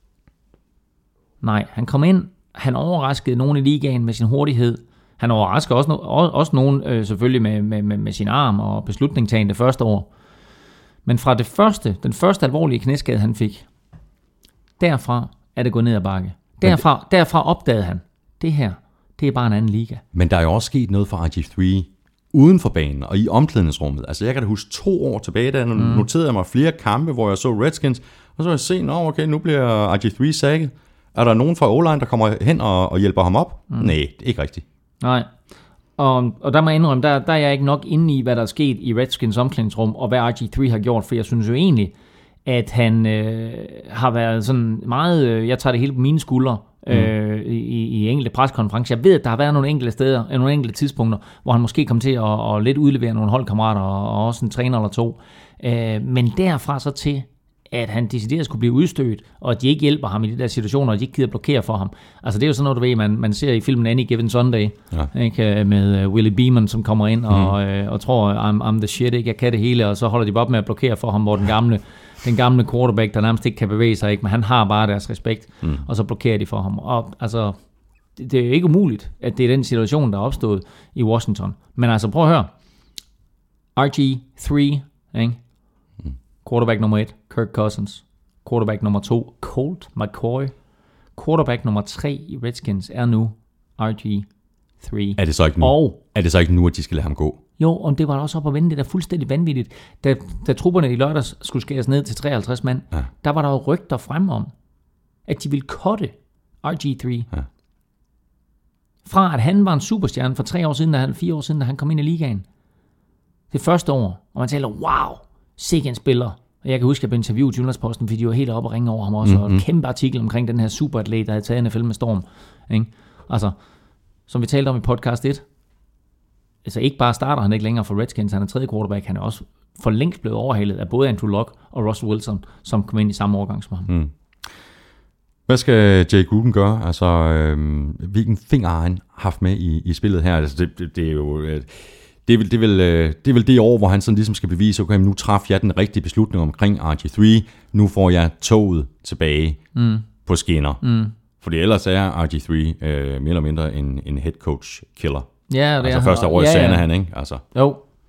Speaker 3: nej, han kom ind, han overraskede nogen i ligaen med sin hurtighed. Han overraskede også nogen selvfølgelig med sin arm og beslutningstagen det første år. Men fra den første alvorlige knæskade, han fik, derfra er det gået ned ad bakke. Derfra opdagede han, det her, det er bare en anden liga.
Speaker 1: Men der er jo også sket noget for RG3 uden for banen og i omklædningsrummet. Altså jeg kan da huske 2 år tilbage, da noterede jeg mig flere kampe, hvor jeg så Redskins, og så har jeg set, okay, nu bliver RG3 sacket. Er der nogen fra O-line, der kommer hen og hjælper ham op? Nej, ikke rigtigt.
Speaker 3: Nej, og der må jeg indrømme, der er jeg ikke nok inde i, hvad der er sket i Redskins omklædningsrum, og hvad RG3 har gjort, for jeg synes jo egentlig, at han har været sådan meget, jeg tager det hele på mine skuldre, i enkelte preskonferencer. Jeg ved, at der har været nogle enkelte steder, nogle enkelte tidspunkter, hvor han måske kom til at lidt udlevere nogle holdkammerater, og også en træner eller 2. Men derfra så til, at han decideret skulle blive udstødt, og at de ikke hjælper ham i de der situationer, og de ikke gider blokere for ham. Altså det er jo sådan noget, du ved, man ser i filmen Any Given Sunday, ikke? Med Willie Beeman, som kommer ind og tror, I'm the shit, ikke? Jeg kan det hele, og så holder de bare op med at blokere for ham, hvor den gamle quarterback, der nærmest ikke kan bevæge sig, ikke? Men han har bare deres respekt, og så blokerer de for ham. Og altså, det er jo ikke umuligt, at det er den situation, der er opstået i Washington. Men altså, prøv at høre. RG3, ikke? Quarterback nummer 1, Kirk Cousins. Quarterback nummer 2, Colt McCoy. Quarterback nummer 3 i Redskins er nu RG3.
Speaker 1: Er det så ikke nu, at de skal lade ham gå?
Speaker 3: Jo, og det var også op at vende. Det er fuldstændig vanvittigt. Da trupperne i lørdags skulle skæres ned til 53 mand, der var der jo rygter frem om, at de ville cutte RG3. Ja. Fra at han var en superstjerne for 4 år siden, da han kom ind i ligaen. Det første år, og man taler, wow, sikke en spiller. Og jeg kan huske, at jeg blev interviewet i Jyllandsposten, fordi de var helt oppe og ringe over ham også, og en kæmpe artikel omkring den her superatlet, der havde taget NFL med storm. Ikke? Altså, som vi talte om i podcast 1, altså ikke bare starter han ikke længere for Redskins, han er 3. quarterback, han er også for længst blevet overhalet af både Andrew Luck og Russell Wilson, som kom ind i samme årgang som ham.
Speaker 1: Hvad skal Jay Gruden gøre? Altså, hvilken finger har han haft med i spillet her? Altså, det er jo... Det er vel det år, hvor han sådan ligesom skal bevise, okay, nu træffede jeg den rigtige beslutning omkring RG3. Nu får jeg toget tilbage på skinner. Fordi ellers er RG3 mere eller mindre en head coach killer.
Speaker 3: Ja, det
Speaker 1: altså første år i Shanahan, ikke? Altså.
Speaker 3: Jo.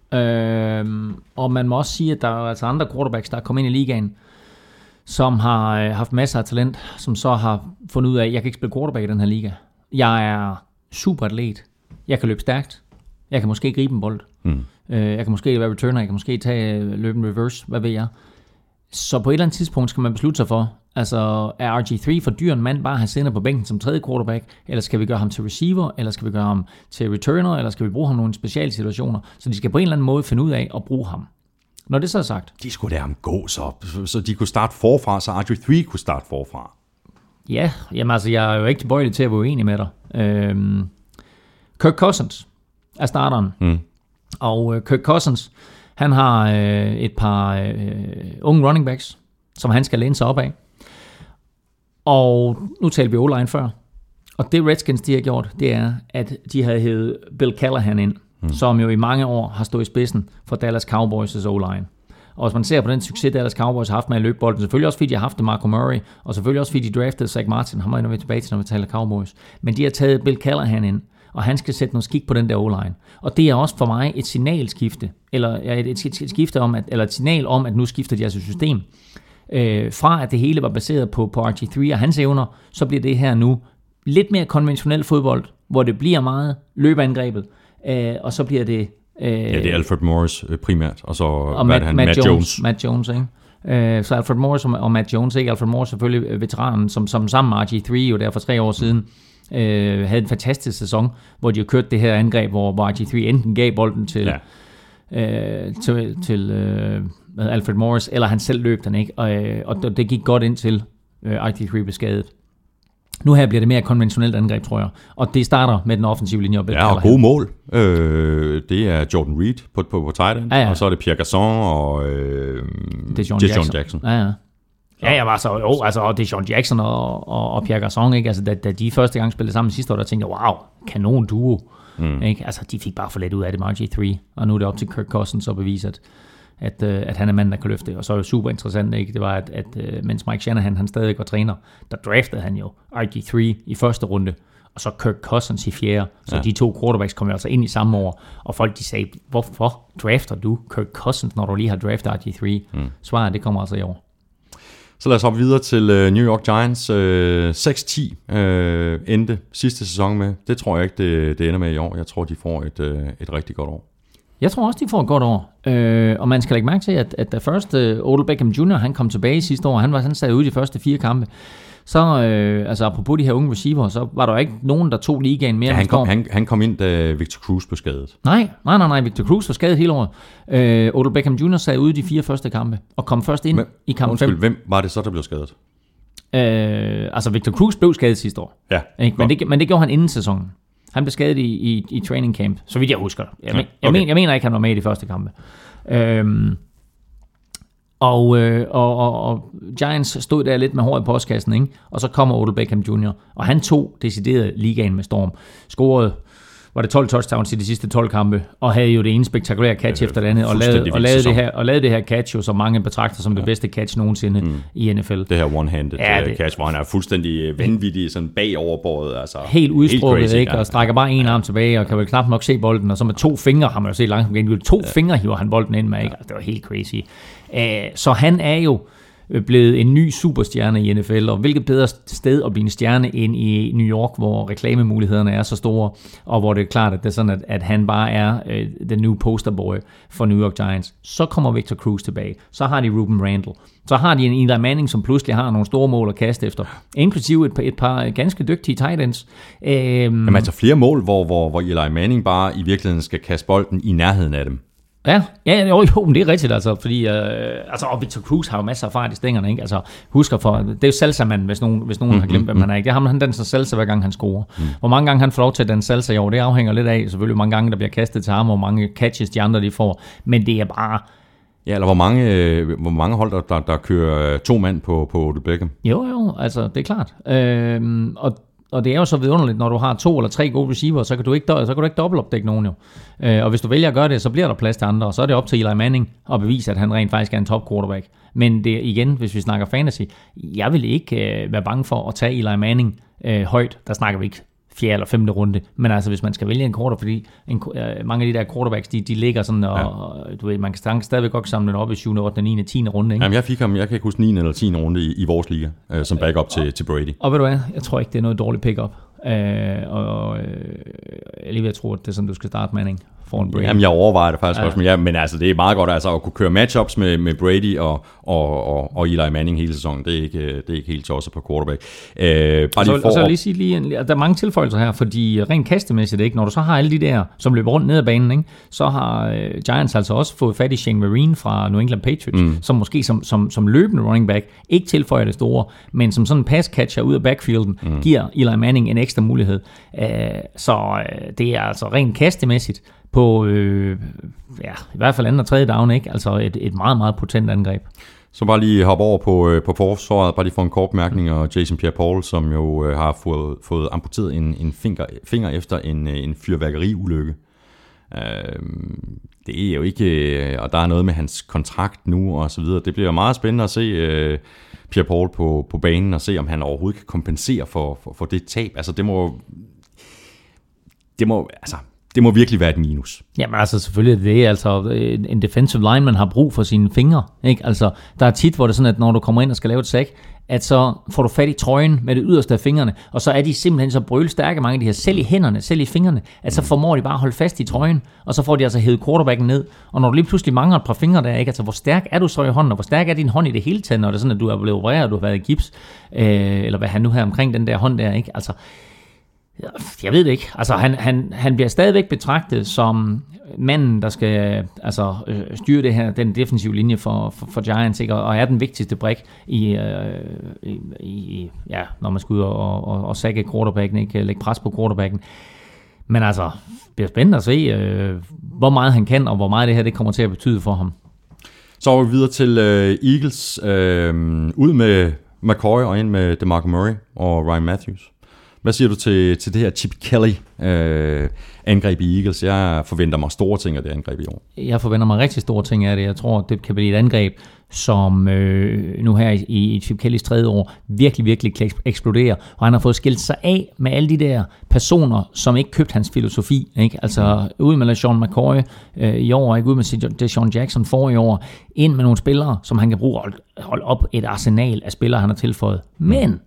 Speaker 3: Og man må også sige, at der er altså andre quarterbacks, der er kommet ind i ligaen, som har haft masser af talent, som så har fundet ud af, at jeg kan ikke spille quarterback i den her liga. Jeg er superatlet. Jeg kan løbe stærkt. Jeg kan måske gribe en bold. Jeg kan måske være returner. Jeg kan måske tage løben reverse. Hvad ved jeg? Så på et eller andet tidspunkt skal man beslutte sig for, altså er RG3 for dyr en mand bare have siddende på bænken som 3. quarterback, eller skal vi gøre ham til receiver, eller skal vi gøre ham til returner, eller skal vi bruge ham i nogle specielle situationer? Så de skal på en eller anden måde finde ud af at bruge ham. Når det så er sagt.
Speaker 1: De skulle lade ham gå så de kunne starte forfra, så RG3 kunne starte forfra.
Speaker 3: Ja, jamen altså jeg er jo ikke tilbøjelig til at være uenig med dig. Kirk Cousins er starteren. Og Kirk Cousins, han har et par unge running backs, som han skal læne sig op af. Og nu talte vi O-line før. Og det Redskins, de har gjort, det er, at de har hævet Bill Callahan ind, som jo i mange år har stået i spidsen for Dallas Cowboys' O-line. Og hvis man ser på den succes, Dallas Cowboys har haft med at løbe bolden, selvfølgelig også fordi de har haft det Marco Murray, og selvfølgelig også fordi de draftede Zach Martin, ham er vi tilbage til, når vi taler Cowboys. Men de har taget Bill Callahan ind, og han skal sætte noget skik på den der O-line. Og det er også for mig et signalskifte, eller et skifte om, eller et signal om, at nu skifter de altså system. Fra at det hele var baseret på RG3 og hans evner, så bliver det her nu lidt mere konventionel fodbold, hvor det bliver meget løbeangrebet, og så bliver det...
Speaker 1: det er Alfred Morris primært, og så
Speaker 3: og Matt Jones. Matt Jones, ikke? Så Alfred Morris og Matt Jones, ikke? Alfred Morris selvfølgelig veteranen, som sammen med RG3 jo der for 3 år siden havde en fantastisk sæson, hvor de jo kørte det her angreb, hvor RG3 enten gav bolden til Alfred Morris, eller han selv løb den, ikke? Og det gik godt indtil RG3 blev skadet. Nu her bliver det mere konventionelt angreb, tror jeg. Og det starter med den offensive linje.
Speaker 1: Og gode mål. Det er Jordan Reed på tight end, og så er det Pierre Garçon og DeSean Jackson.
Speaker 3: Og DeSean Jackson og Pierre Garçon, ikke? Altså, da de første gang spillede sammen sidste år, der tænkte jeg, wow, kanon duo. Ikke? Altså, de fik bare for lidt ud af det med RG3, og nu er det op til Kirk Cousins at bevise, at han er manden, der kan løfte. Og så er det super interessant, ikke? Det var, at mens Mike Shanahan han stadig var træner, der draftede han jo RG3 i første runde, og så Kirk Cousins i fjerde. Så de to quarterbacks kom jo altså ind i samme år, og folk de sagde, hvorfor drafter du Kirk Cousins, når du lige har draftet RG3? Svaret, det kommer altså i år.
Speaker 1: Så lad os hoppe videre til New York Giants. 6-10 endte sidste sæson med. Det tror jeg ikke, det ender med i år. Jeg tror, de får et rigtig godt år.
Speaker 3: Jeg tror også, de får et godt år. Og man skal lægge mærke til, at da først Odell Beckham Jr. han kom tilbage sidste år, han sad ude i de første 4 kampe, så apropos de her unge receiver, så var der ikke nogen, der tog ligaen mere.
Speaker 1: Ja, han kom ind, da Victor Cruz blev skadet.
Speaker 3: Nej, Victor Cruz var skadet hele året. Odell Beckham Jr. sad ude i de 4 første kampe, og kom først ind i kamp 5.
Speaker 1: Hvem var det så, der blev skadet?
Speaker 3: Victor Cruz blev skadet sidste år.
Speaker 1: Ja,
Speaker 3: men det gjorde han inden sæsonen. Han blev skadet i training camp, så vidt jeg husker. Jeg mener ikke, han var med i de første kampe. Og Giants stod der lidt med hår i postkassen, ikke? Og så kommer Odell Beckham Jr., og han tog decideret ligaen med storm. Scorede, var det 12 touchdowns i de sidste 12 kampe, og havde jo det ene spektakulære catch efter det andet, og lavede det her catch, jo, som mange betragter som det bedste catch nogensinde i NFL.
Speaker 1: Det her one-handed catch, hvor han er fuldstændig vanvittig, sådan bagoverbåret. Altså,
Speaker 3: helt udstrukket, ikke? Og strækker bare en arm tilbage, og kan vel knap nok se bolden, og så med 2 fingre, har man jo set langsomt igen, 2 fingre hiver han bolden ind med, ikke? Det var helt crazy. Så han er jo blevet en ny superstjerne i NFL, og hvilket bedre sted at blive en stjerne end i New York, hvor reklamemulighederne er så store, og hvor det er klart, at det er sådan, at han bare er den nye posterboy for New York Giants. Så kommer Victor Cruz tilbage. Så har de Ruben Randall. Så har de en Eli Manning, som pludselig har nogle store mål at kaste efter. Inklusive et par ganske dygtige tight ends.
Speaker 1: Jamen altså flere mål, hvor Eli Manning bare i virkeligheden skal kaste bolden i nærheden af dem.
Speaker 3: Ja, men det er rigtigt, altså, fordi og Victor Cruz har jo masser af fart i stængerne, ikke? Altså, husker for, det er jo salsa-mand, hvis nogen har glemt, hvem han er, ikke? Det har han danser salsa, hver gang han scorer. Hvor mange gange han får lov til at danse salsa i år, det afhænger lidt af, selvfølgelig, hvor mange gange der bliver kastet til ham, og hvor mange catches de andre de får, men det er bare...
Speaker 1: Ja, eller hvor mange hold, der kører 2 mand på Odell Beckham?
Speaker 3: Jo, altså, det er klart. Og det er jo så vidunderligt, når du har 2 eller 3 gode receiver, så kan du ikke dobbeltopdække nogen jo. Og hvis du vælger at gøre det, så bliver der plads til andre, og så er det op til Eli Manning at bevise, at han rent faktisk er en top quarterback. Men det igen, hvis vi snakker fantasy, jeg vil ikke være bange for at tage Eli Manning højt. Der snakker vi ikke 4. eller 5. runde. Men altså, hvis man skal vælge en quarter, fordi mange af de der quarterbacks, de ligger sådan, og du ved, man kan stadigvæk godt samle den op i 7., 8., 9., 10. runde, ikke?
Speaker 1: Jamen, jeg fik ham, jeg kan ikke huske 9. eller 10. runde i vores liga, som backup til Brady.
Speaker 3: Og ved du hvad, jeg tror ikke, det er noget dårligt pick-up. Alligevel tror at det er sådan, du skal starte Manning foran Brady.
Speaker 1: Jamen, jeg overvejer det faktisk også, men altså, det er meget godt altså, at kunne køre matchups med Brady og Eli Manning hele sæsonen. Det er ikke helt tosset på quarterback.
Speaker 3: Så lige sige der er mange tilføjelser her, fordi rent kastemæssigt, ikke? Når du så har alle de der, som løber rundt ned ad banen, ikke? Så har Giants altså også fået fat i Shane Vereen fra New England Patriots, som måske som løbende running back ikke tilføjer det store, men som sådan en pass catcher ud af backfielden, giver Eli Manning en ekstra mulighed. Så det er altså rent kastemæssigt på i hvert fald anden og tredje down, ikke? Altså et meget, meget potent angreb.
Speaker 1: Så bare lige hoppe over på forsvaret, bare lige for en kort bemærkning, og Jason Pierre-Paul, som jo har fået amputeret en finger efter en fyrværkeriulykke. Det er jo ikke, og der er noget med hans kontrakt nu og så videre. Det bliver meget spændende at se Pierre-Paul på banen og se, om han overhovedet kan kompensere for det tab. Altså det må virkelig være et minus.
Speaker 3: Jamen altså selvfølgelig, det er altså en defensive lineman har brug for sine fingre, ikke? Altså der er tit, hvor det er sådan, at når du kommer ind og skal lave et sack, at så får du fat i trøjen med det yderste af fingrene, og så er de simpelthen så brølstærke, mange af de her, selv i hænderne, selv i fingrene, at så formår de bare at holde fast i trøjen, og så får de altså hævet quarterbacken ned, og når du lige pludselig mangler et par fingre der, ikke? Altså hvor stærk er du så i hånden, og hvor stærk er din hånd i det hele taget, når det er sådan, at du er blevet opereret, og du har været i gips, eller hvad han nu har omkring den der hånd der, ikke? Altså jeg ved det ikke. Altså han bliver stadigvæk betragtet som manden, der skal styre det her, den defensive linje for Giants, ikke? Og er den vigtigste brik i når man skal ud og sække quarterbacken, ikke? Lægge pres på quarterbacken. Men altså, det bliver spændende at se, hvor meget han kan, og hvor meget det her det kommer til at betyde for ham.
Speaker 1: Så er vi videre til Eagles. Ud med McCoy og ind med DeMarco Murray og Ryan Matthews. Hvad siger du til det her Chip Kelly angreb i Eagles? Jeg forventer mig store ting af det angreb i år. Jeg
Speaker 3: forventer mig rigtig store ting af det. Jeg tror, det kan blive et angreb, som nu her i Chip Kellys 3. år virkelig, virkelig kan eksplodere. Og han har fået skilt sig af med alle de der personer, som ikke købte hans filosofi. Ikke? Altså ud med LeSean McCoy i år, ikke ud med Deshaun Jackson for i år, ind med nogle spillere, som han kan bruge at holde op et arsenal af spillere, han har tilføjet. Men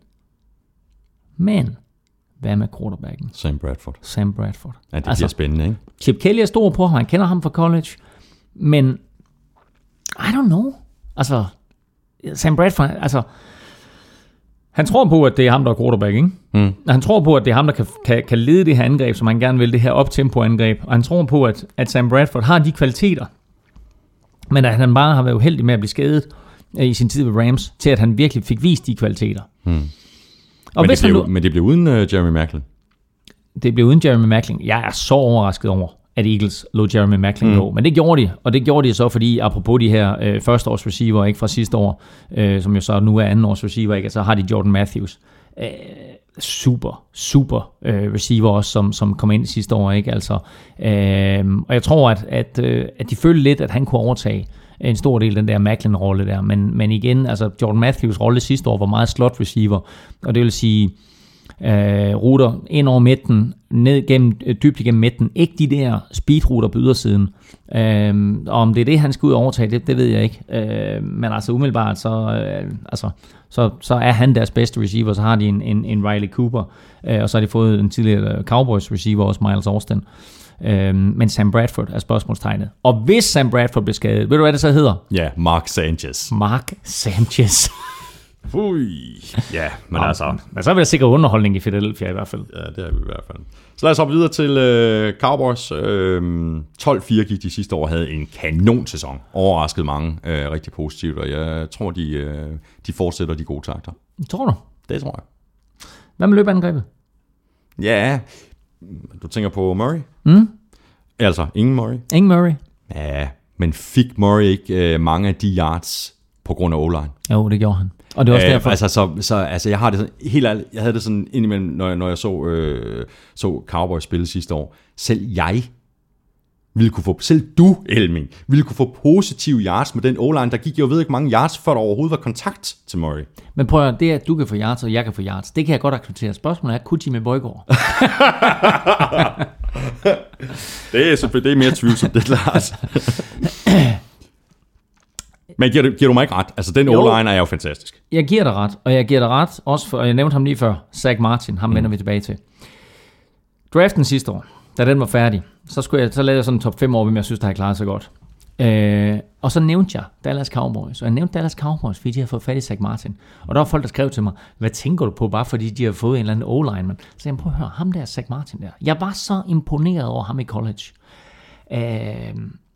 Speaker 3: hvad med quarterbacken?
Speaker 1: Sam Bradford. Ja, det bliver spændende, ikke?
Speaker 3: Chip Kelly er stor på ham, han kender ham fra college, men I don't know. Altså, Sam Bradford, altså, han tror på, at det er ham, der er quarterback, ikke? Han tror på, at det er ham, der kan lede det her angreb, som han gerne vil, det her op-tempo-angreb, og han tror på, at Sam Bradford har de kvaliteter, men at han bare har været uheldig med at blive skadet i sin tid ved Rams, til at han virkelig fik vist de kvaliteter.
Speaker 1: Men det blev uden Jeremy Maclin.
Speaker 3: Det blev uden Jeremy Maclin. Jeg er så overrasket over, at Eagles lod Jeremy Maclin gå. Men det gjorde de, og det gjorde de så, fordi apropos de her førsteårs receiver, ikke fra sidste år, som jo så nu er andenårs receiver, ikke, så har de Jordan Matthews. Super receiver også, som kom ind sidste år, ikke? Altså, og jeg tror, at de følte lidt, at han kunne overtage en stor del af den der Maclin-rolle der, men igen, altså Jordan Matthews' rolle sidste år var meget slot receiver, og det vil sige ruter ind over midten, dybt igennem midten, ikke de der speedruter på ydersiden. Og om det er det, han skal ud og overtage, det ved jeg ikke. Men altså umiddelbart, så er han deres bedste receiver, så har de en Riley Cooper, og så har de fået en tidligere Cowboys receiver, også Miles Austin. Men Sam Bradford er spørgsmålstegnet. Og hvis Sam Bradford bliver skadet, ved du hvad det så hedder?
Speaker 1: Ja, Mark Sanchez. Ja, men altså...
Speaker 3: Men så er vi da sikkert underholdning i Philadelphia i hvert fald.
Speaker 1: Ja, det er vi i hvert fald. Så lad os hoppe videre til Cowboys. 12-4 gik de sidste år, havde en kanon-sæson. Overraskede mange rigtig positivt, og jeg tror, de fortsætter de gode takter.
Speaker 3: Tror du?
Speaker 1: Det tror jeg.
Speaker 3: Hvad med løbeangrebet?
Speaker 1: Ja, du tænker på Murray? Altså, ingen Murray?
Speaker 3: Ingen Murray.
Speaker 1: Ja, men fik Murray ikke mange af de yards på grund af O-line?
Speaker 3: Jo, det gjorde han. Og det er også derfor.
Speaker 1: Altså, jeg har det sådan, helt ærligt, jeg havde det sådan indimellem, når jeg så Cowboys spille sidste år. Selv du, Elming, ville kunne få positive yards med den O-line. Der gik jo ved ikke mange yards, før der overhovedet var kontakt til Murray.
Speaker 3: Men prøv at det at du kan få yards, og jeg kan få yards, det kan jeg godt acceptere. Spørgsmålet er, kunne Jimmy Bøjgaard?
Speaker 1: det er mere tvivlsomt, det er klart. Men giver du mig ikke ret? Altså, den O-line er jo fantastisk.
Speaker 3: Jeg giver dig ret, og jeg giver dig ret også for, jeg nævnte ham lige før, Zach Martin, ham vender vi tilbage til. Draften sidste år, da den var færdig, så lavede jeg sådan en top 5 år, hvem jeg synes, der har klaret sig godt. Og så nævnte jeg Dallas Cowboys, og jeg nævnte Dallas Cowboys, fordi de har fået fat i Zach Martin. Og der var folk, der skrev til mig, hvad tænker du på, bare fordi de har fået en eller anden O-lineman? Så jeg prøv at høre, ham der Zach Martin der. Jeg var så imponeret over ham i college.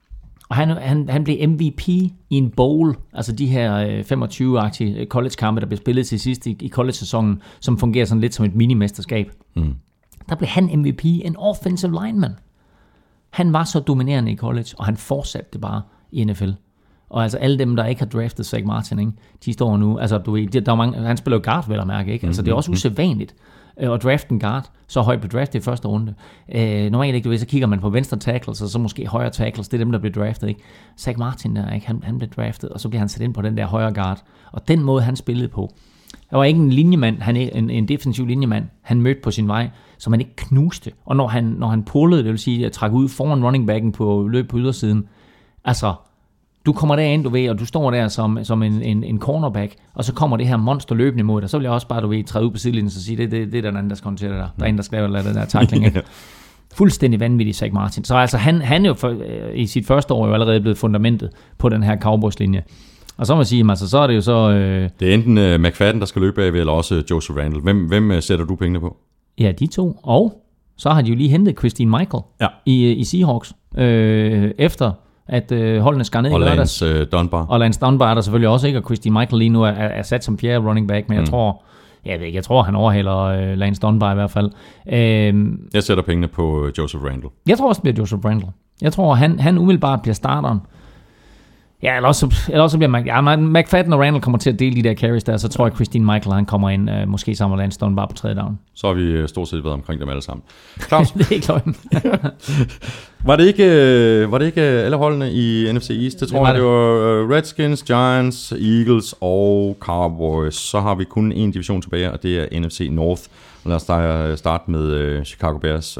Speaker 3: Og han blev MVP i en bowl, altså de her 25-agtige college-kampe, der blev spillet til sidst i college-sæsonen, som fungerer sådan lidt som et mini-mesterskab. Der blev han MVP, en offensive lineman. Han var så dominerende i college, og han fortsatte det bare i NFL. Og altså alle dem, der ikke har draftet Zach Martin, ikke, de står nu, altså du ved, der er mange, han spiller jo guard, vel at mærke, ikke? Altså det er også usædvanligt at drafte en guard, så højt blev draftet i første runde. Normalt ikke, du ved, så kigger man på venstre tackles, og så måske højre tackles, det er dem, der bliver draftet, ikke? Zach Martin der, ikke? Han blev draftet, og så bliver han sat ind på den der højre guard. Og den måde, han spillede på, der var ikke en linjemand, en defensiv linjemand, han mødte på sin vej, som han ikke knuste. Og når han pullede, det vil sige, at trække ud foran running backen på løb på ydersiden, altså, du kommer derind, du ved, og du står der som en cornerback, og så kommer det her monster løbende mod dig, så vil jeg også bare, du ved, træde ud på sidelinjen og sige, det er den anden, der skal håndtere det der. Der er en, der skal lave den der tackling. Fuldstændig vanvittig, Zach Martin. Så altså, han er jo i sit første år jo allerede blevet fundamentet på den her Cowboys-linje. Og så må jeg sige, altså, så er det jo så...
Speaker 1: Det er enten McFadden, der skal løbe bagved, eller også Joseph Randle. Hvem sætter du pengene på?
Speaker 3: Ja, de to. Og så har de jo lige hentet Christine Michael i Seahawks, efter at holdene skar ned i lørdags.
Speaker 1: Og Lance Dunbar.
Speaker 3: Og Lance Dunbar er der selvfølgelig også, ikke? Og Christine Michael lige nu er sat som fjerde running back, men jeg tror, han overhælder Lance Dunbar i hvert fald.
Speaker 1: Jeg sætter pengene på Joseph Randle.
Speaker 3: Jeg tror også, det bliver Joseph Randle. Jeg tror, han umiddelbart bliver starteren. Ja, eller også bliver McFadden og Randle kommer til at dele de der carries der, så tror jeg, Christine Michael, han kommer ind, måske sammen med Lance Dunbar på tredje down.
Speaker 1: Så har vi stort set været omkring dem alle sammen. Claus?
Speaker 3: Det er ikke løgn.
Speaker 1: Var det ikke alle holdene i NFC East? Det tror jeg, det var Redskins, Giants, Eagles og Cowboys. Så har vi kun en division tilbage, og det er NFC North. Lad os starte med Chicago Bears.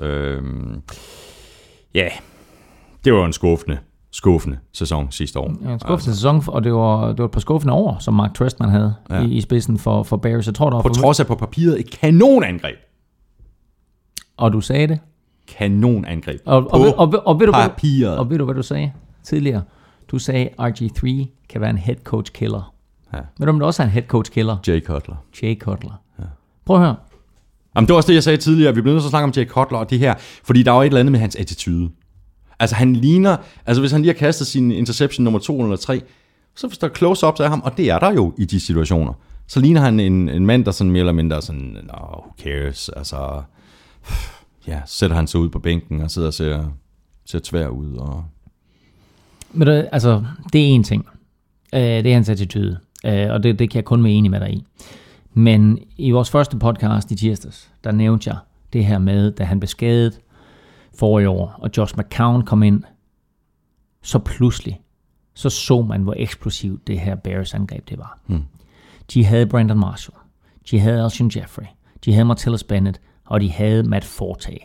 Speaker 1: Det var en skuffende sæson sidste år.
Speaker 3: Ja, en skuffende sæson, og det var et par skuffende år, som Mark Trestman havde i spidsen for Bears. Jeg tror, der var
Speaker 1: på trods af på papiret et kanonangreb.
Speaker 3: Og du sagde det?
Speaker 1: Kanonangreb
Speaker 3: og ved
Speaker 1: papiret.
Speaker 3: Og ved du, hvad du sagde tidligere? Du sagde, RG3 kan være en head coach killer. Ja. Ved du, om det også er en head coach killer?
Speaker 1: Jay Cutler.
Speaker 3: Ja. Prøv at høre.
Speaker 1: Jamen, det var også det, jeg sagde tidligere. Vi blev nødt til at snakke om Jay Cutler og det her, fordi der var et eller andet med hans attitude. Altså han ligner, hvis han lige har kastet sin interception nummer 2 eller 3, så hvis der er close-ups af ham, og det er der jo i de situationer, så ligner han en mand, der sådan mere eller mindre sådan, who cares, altså, sætter han sig ud på bænken og sidder og ser tvær ud. Og...
Speaker 3: Men det er en ting. Det er hans attitude, og det kan jeg kun være enig med dig i. Men i vores første podcast i tirsdags, der nævnte jeg det her med, da han blev skadet forrige år, og Josh McCown kom ind, så pludselig, så man, hvor eksplosivt det her Bears angreb det var. De havde Brandon Marshall, de havde Alshon Jeffrey, de havde Martellus Bennett, og de havde Matt Forte.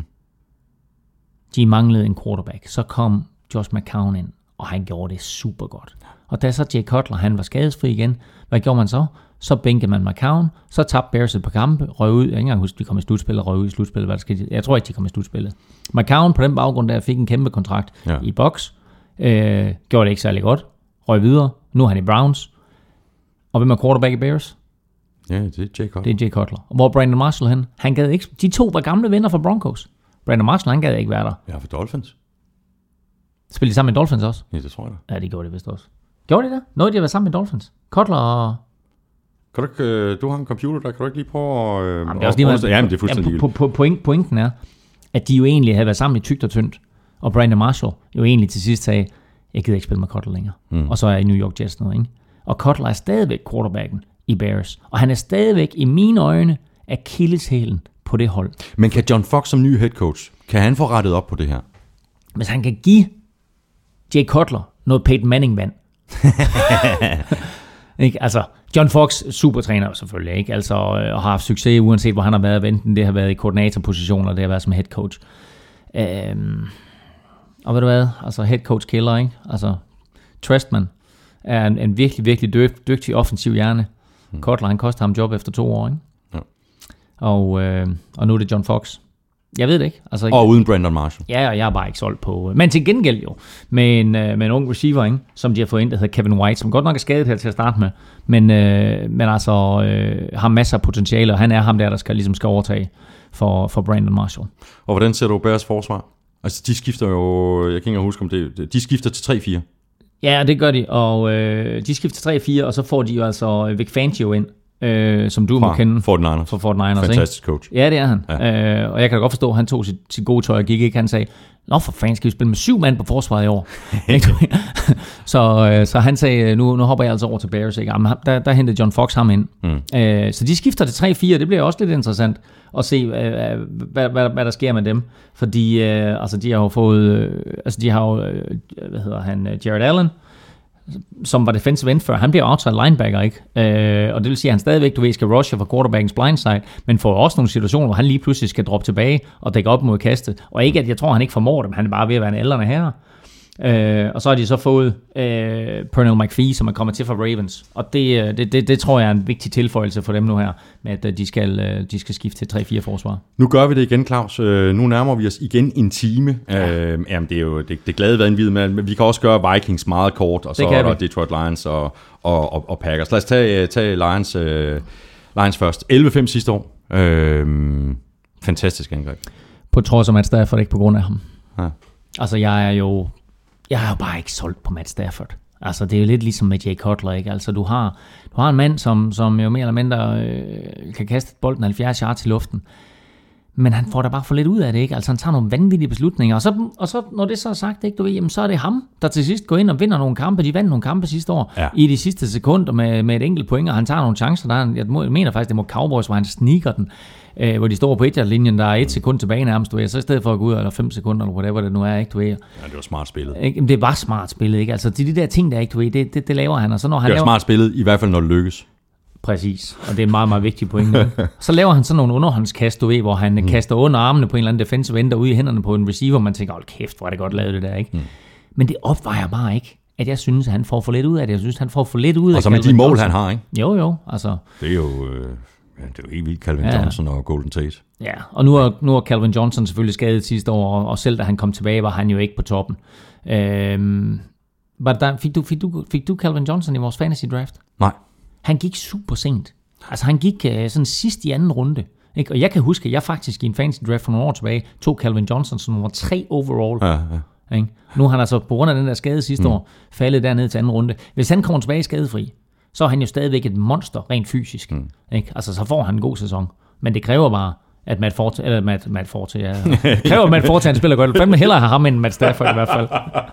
Speaker 3: De manglede en quarterback. Så kom Josh McCown ind, og han gjorde det super godt. Og da så Jay Cutler, han var skadesfri igen, hvad gjorde man så? Så bænkede man McCown, så tabte Bears et par kampe, røg ud. Jeg kan ikke engang huske, de kom i slutspillet, røg ud i slutspillet. Hvad der skete? Jeg tror ikke, de kom i slutspillet. McCown på den baggrund der fik en kæmpe kontrakt i Bucs. Gjorde det ikke særlig godt. Røg videre. Nu er han i Browns. Og hvem er quarterback i Bears?
Speaker 1: Ja, det er Jay Cutler.
Speaker 3: Det er Jay Cutler. Og hvor er Brandon Marshall hen? Han gad ikke. De to var gamle venner fra Broncos. Brandon Marshall, han gad ikke være der.
Speaker 1: Ja, for Dolphins.
Speaker 3: Spillede de sammen med Dolphins også?
Speaker 1: Ja, det tror jeg da.
Speaker 3: Ja, de gjorde det vist også. Gjorde de det? Nåede de at være sammen med Dolphins? Cutler og...
Speaker 1: Kan du ikke, du har en computer der, kan du ikke lige prøve at...
Speaker 3: Jamen, det er også lige
Speaker 1: jamen, det er fuldstændig
Speaker 3: pointen er, at de jo egentlig havde været sammen i tykt og tyndt, og Brandon Marshall jo egentlig til sidst sagde, jeg gider ikke spille med Cutler længere. Og så er jeg i New York Jets nu, ikke? Og Cutler er stadigvæk quarterbacken i Bears, og han er stadigvæk i mine øjne akilleshælen på det hold.
Speaker 1: Men kan John Fox som ny head coach, kan han få rettet op på det her?
Speaker 3: Hvis han kan give Jay Cutler noget Peyton Manning-vand. Ikke? Altså, John Fox, supertræner selvfølgelig, ikke? Altså, og har haft succes, uanset hvor han har været, enten det har været i koordinatorposition, eller det har været som head coach. Og ved du hvad? Altså, head coach killer, ikke? Altså, Trestman er en virkelig, virkelig dygtig offensiv hjerne. Cutler, han koster ham job efter 2 år, ikke? Ja. Og nu er det John Fox. Jeg ved det ikke. Altså,
Speaker 1: og uden Brandon Marshall.
Speaker 3: Ja, og jeg er bare ikke solgt på... Men til gengæld jo, med en ung receiver, ikke, som de har fået ind, der hedder Kevin White, som godt nok er skadet her til at starte med, men altså har masser af potentiale, og han er ham der skal overtage for Brandon Marshall.
Speaker 1: Og hvordan ser du Bears forsvar? Altså, de skifter jo, jeg kan ikke huske om det, de skifter til 3-4.
Speaker 3: Ja, det gør de, og de skifter 3-4, og så får de jo altså Vic Fangio ind, som du må kende
Speaker 1: Fort Niners.
Speaker 3: For Fort Niners.
Speaker 1: Fantastisk coach.
Speaker 3: Ja, det er han. Ja. Og jeg kan da godt forstå, at han tog sit gode tøj og gik ikke. Han sagde, nå for fanden, skal vi spille med 7 mand på forsvaret i år? så han sagde, nu hopper jeg altså over til Bears. Ikke? Jamen, der hentede John Fox ham ind. Så de skifter til 3-4, det bliver også lidt interessant at se, hvad der sker med dem. Fordi altså, de har jo fået, Jared Allen, som var defensive end før, han bliver outside linebacker, ikke? Og det vil sige, at han stadigvæk, skal rushe for quarterbackens blindside, men får også nogle situationer, hvor han lige pludselig skal droppe tilbage og dække op mod kastet. Og ikke, at jeg tror, han ikke formår dem, han er bare ved at være en aldrende herre. Og så har de så fået Pernell McPhee, som er kommet til fra Ravens. Og det tror jeg er en vigtig tilføjelse for dem nu her, med at de skal skifte til 3-4 forsvar.
Speaker 1: Nu gør vi det igen, Claus. Nu nærmer vi os igen en time. Jamen, det er jo det glade vanvid, men vi kan også gøre Vikings meget kort, og så er der Detroit Lions og Packers. Lad os tage Lions først. 11-5 sidste år. Fantastisk angreb.
Speaker 3: På trods af Matt Stafford, ikke på grund af ham.
Speaker 1: Ja.
Speaker 3: Altså, jeg er jo bare ikke solgt på Matt Stafford. Altså, det er jo lidt ligesom med Jay Cutler, ikke? Altså, du har en mand, som jo mere eller mindre kan kaste bolden 70 yards i luften. Men han får da bare for lidt ud af det, ikke? Altså, han tager nogle vanvittige beslutninger. Og så når det så er sagt, ikke? Du ved, jamen, så er det ham, der til sidst går ind og vinder nogle kampe. De vandt nogle kampe sidste år i de sidste sekunder med et enkelt point, og han tager nogle chancer. Jeg mener faktisk, det må Cowboys, hvor han sniker den. Hvor de står på 1-linjen, der er 1 sekund tilbage nærmest, du ved, så i stedet for at gå ud, eller 5 sekunder, eller whatever det nu er, ikke, du ved.
Speaker 1: Ja, det var smart spillet.
Speaker 3: Ikke? Det var smart spillet, ikke? Altså, de der ting, der ikke, du ved, det laver han, og så når han
Speaker 1: det er smart spillet, i hvert fald når det lykkes.
Speaker 3: Præcis, og det er en meget, meget vigtig point. Så laver han sådan nogle underhåndskast, du ved, hvor han kaster under armene på en eller anden defensive end, og ude i hænderne på en receiver, man tænker, hold kæft, hvor er det godt lavet det der, ikke? Men det opvejer bare ikke, at jeg synes, at han får for lidt ud af det. Jeg synes, han får for lidt ud af.
Speaker 1: Og så med de mål, han har, ikke?
Speaker 3: Jo, altså.
Speaker 1: Det er jo helt vildt, Calvin Johnson og Golden Tate.
Speaker 3: Ja, og nu er Calvin Johnson selvfølgelig skadet sidste år, og selv da han kom tilbage, var han jo ikke på toppen. Fik du Calvin Johnson i vores fantasy draft?
Speaker 1: Nej.
Speaker 3: Han gik super sent. Altså han gik sådan sidst i anden runde. Ikke? Og jeg kan huske, at jeg faktisk i en fantasy draft for nogle år tilbage tog Calvin Johnson som nummer 3 overall. Ja. Ikke? Nu har han altså på grund af den der skade sidste år faldet derned til anden runde. Hvis han kommer tilbage skadefri, så er han jo stadigvæk et monster rent fysisk. Ikke? Altså så får han en god sæson. Men det kræver bare, at Matt Forte, kræver, at Matt Forte han spiller godt. Fandme hellere have ham end Matt Stafford i hvert fald.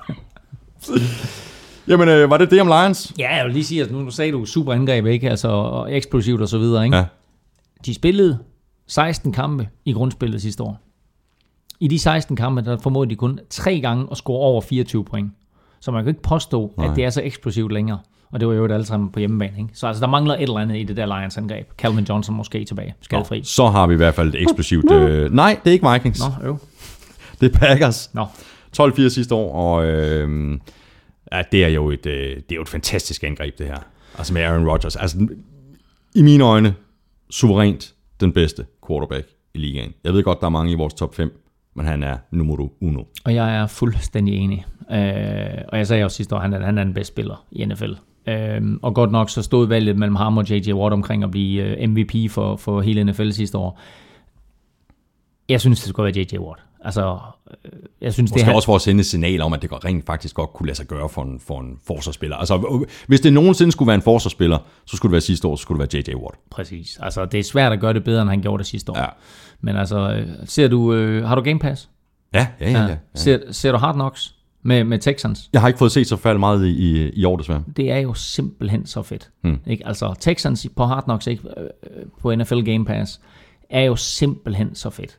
Speaker 1: Jamen, var det om Lions?
Speaker 3: Ja, jeg vil lige sige, at nu sagde du super angreb, ikke? Altså, og eksplosivt og så videre, ikke?
Speaker 1: Ja.
Speaker 3: De spillede 16 kampe i grundspillet sidste år. I de 16 kampe, der formåede de kun 3 gange at score over 24 point. Så man kan ikke påstå, at det er så eksplosivt længere. Og det var jo et alle sammen på hjemmebane, ikke? Så altså, der mangler et eller andet i det der Lions-angreb. Calvin Johnson måske tilbage, skadefri.
Speaker 1: Så har vi i hvert fald et eksplosivt... nej, det er ikke Vikings.
Speaker 3: Nå,
Speaker 1: Det er Packers. 12-4 sidste år, og... Ja, det er jo et fantastisk angreb, det her. Altså med Aaron Rodgers. Altså, i mine øjne, suverænt den bedste quarterback i ligaen. Jeg ved godt, der er mange i vores top 5, men han er numero uno. Og jeg er fuldstændig enig. Og jeg sagde også sidste år, han er den bedste spiller i NFL. Og godt nok så stod valget mellem ham og J.J. Watt omkring at blive MVP for hele NFL sidste år. Jeg synes, det skulle være J.J. Watt. Altså, jeg synes, måske det også for at sende et signal om, at det rent faktisk godt kunne lade sig gøre for en forsvarsspiller. Altså, hvis det nogensinde skulle være en forsvarsspiller, så skulle det være sidste år, så skulle det være J.J. Watt.
Speaker 3: Præcis. Altså, det er svært at gøre det bedre, end han gjorde det sidste år.
Speaker 1: Ja.
Speaker 3: Men altså, har du Game Pass?
Speaker 1: Ja.
Speaker 3: Ser du Hard Knocks med Texans?
Speaker 1: Jeg har ikke fået set så færdig meget i år, desværre.
Speaker 3: Det er jo simpelthen så fedt. Ikke? Altså, Texans på Hard Knocks, ikke? På NFL Game Pass, er jo simpelthen så fedt.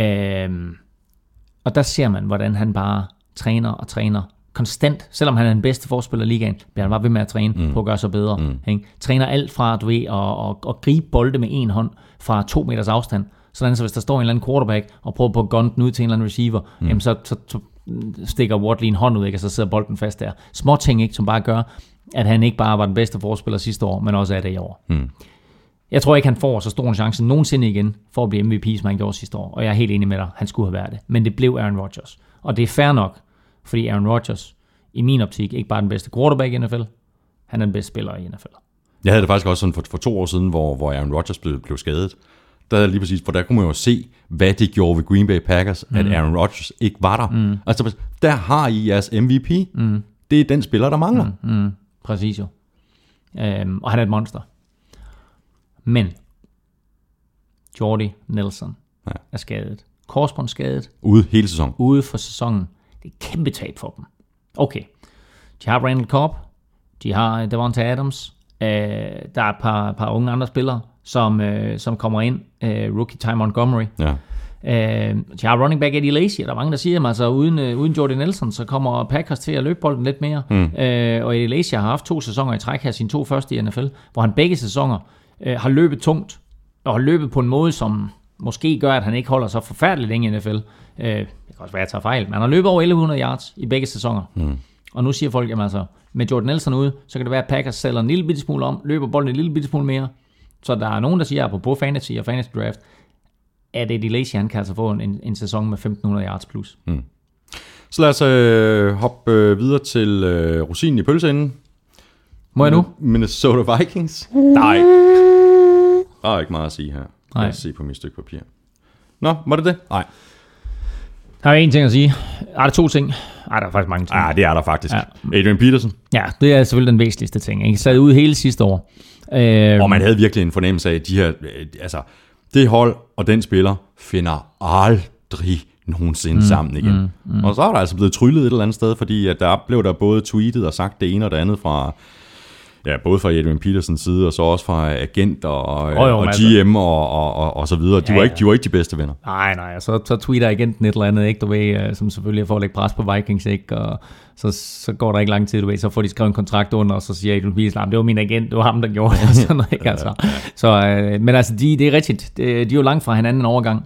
Speaker 3: Og der ser man, hvordan han bare træner konstant. Selvom han er den bedste forspiller i ligaen, bliver han bare ved med at træne på at gøre sig bedre. Træner alt fra at gribe bolde med en hånd fra 2 meters afstand. Sådan så hvis der står en eller anden quarterback og prøver på at gunne den ud til en eller anden receiver, jamen så stikker Watt lige en hånd ud, ikke? Og så sidder bolden fast der. Små ting, ikke, som bare gør, at han ikke bare var den bedste forspiller sidste år, men også er det i år. Jeg tror ikke, han får så stor en chance nogensinde igen for at blive MVP, som han gjorde sidste år. Og jeg er helt enig med dig, han skulle have været det. Men det blev Aaron Rodgers. Og det er fair nok, fordi Aaron Rodgers, i min optik, ikke bare den bedste quarterback i NFL, han er den bedste spiller i NFL.
Speaker 1: Jeg havde det faktisk også sådan for 2 år siden, hvor Aaron Rodgers blev skadet. Der er lige præcis, for der kunne man jo se, hvad det gjorde ved Green Bay Packers, at Aaron Rodgers ikke var der. Altså, der har I jeres MVP. Det er den spiller, der mangler.
Speaker 3: Præcis jo. Og han er et monster. Men Jordy Nelson er skadet. Korsbåndsskadet.
Speaker 1: Ude hele sæsonen.
Speaker 3: Ude for sæsonen. Det er et kæmpe tab for dem. Okay. De har Randall Cobb. De har Davante Adams. Der er et par unge andre spillere, som kommer ind. Rookie Ty Montgomery.
Speaker 1: Ja.
Speaker 3: De har running back Eddie Lacy. Der er mange, der siger, at altså, uden Jordy Nelson, så kommer Packers til at løbe bolden lidt mere. Og Eddie Lacy har haft 2 sæsoner i træk her, sine 2 første i NFL, hvor han begge sæsoner har løbet tungt, og har løbet på en måde, som måske gør, at han ikke holder så forfærdeligt længe i NFL. Det kan også være, at jeg tager fejl, men han har løbet over 1100 yards i begge sæsoner. Og nu siger folk, at altså, med Jordan Nelson ude, så kan det være, at Packers sælger en lille bitte smule om, løber bolden en lille bitte smule mere. Så der er nogen, der siger, apropos fantasy og fantasy draft, at Eddie Lacy, han kan altså få en sæson med 1500 yards plus.
Speaker 1: Så lad os hoppe videre til rosinen i pølseenden.
Speaker 3: Må jeg nu?
Speaker 1: Minnesota Vikings. Nej. Der er ikke meget at sige her. Lad os se på mit stykke papir. Nå, var det det? Nej.
Speaker 3: Der er én ting at sige. Der er 2 ting. Der er faktisk mange ting.
Speaker 1: Ja, det er der faktisk. Ja. Adrian Peterson.
Speaker 3: Ja, det er selvfølgelig den væsentligste ting. Ikke? Sad ude hele sidste år.
Speaker 1: Og man havde virkelig en fornemmelse af, at de her, altså, det hold og den spiller finder aldrig nogensinde sammen igen. Og så er der altså blevet tryllet et eller andet sted, fordi at der blev der både tweetet og sagt det ene og det andet fra, ja, både fra Adrian Petersons side, og så også fra agent og GM og så videre. De var ikke de bedste venner.
Speaker 3: Nej, så tweeter agenten et eller andet, ikke, du ved, som selvfølgelig er for at lægge pres på Vikings, ikke, og så går der ikke lang tid, du ved, så får de skrevet en kontrakt under, og så siger Adrian Peterson, det var min agent, det var ham, der gjorde det, og sådan noget, ikke, altså. Så, men altså, det er rigtigt, de er jo langt fra hinanden en overgang,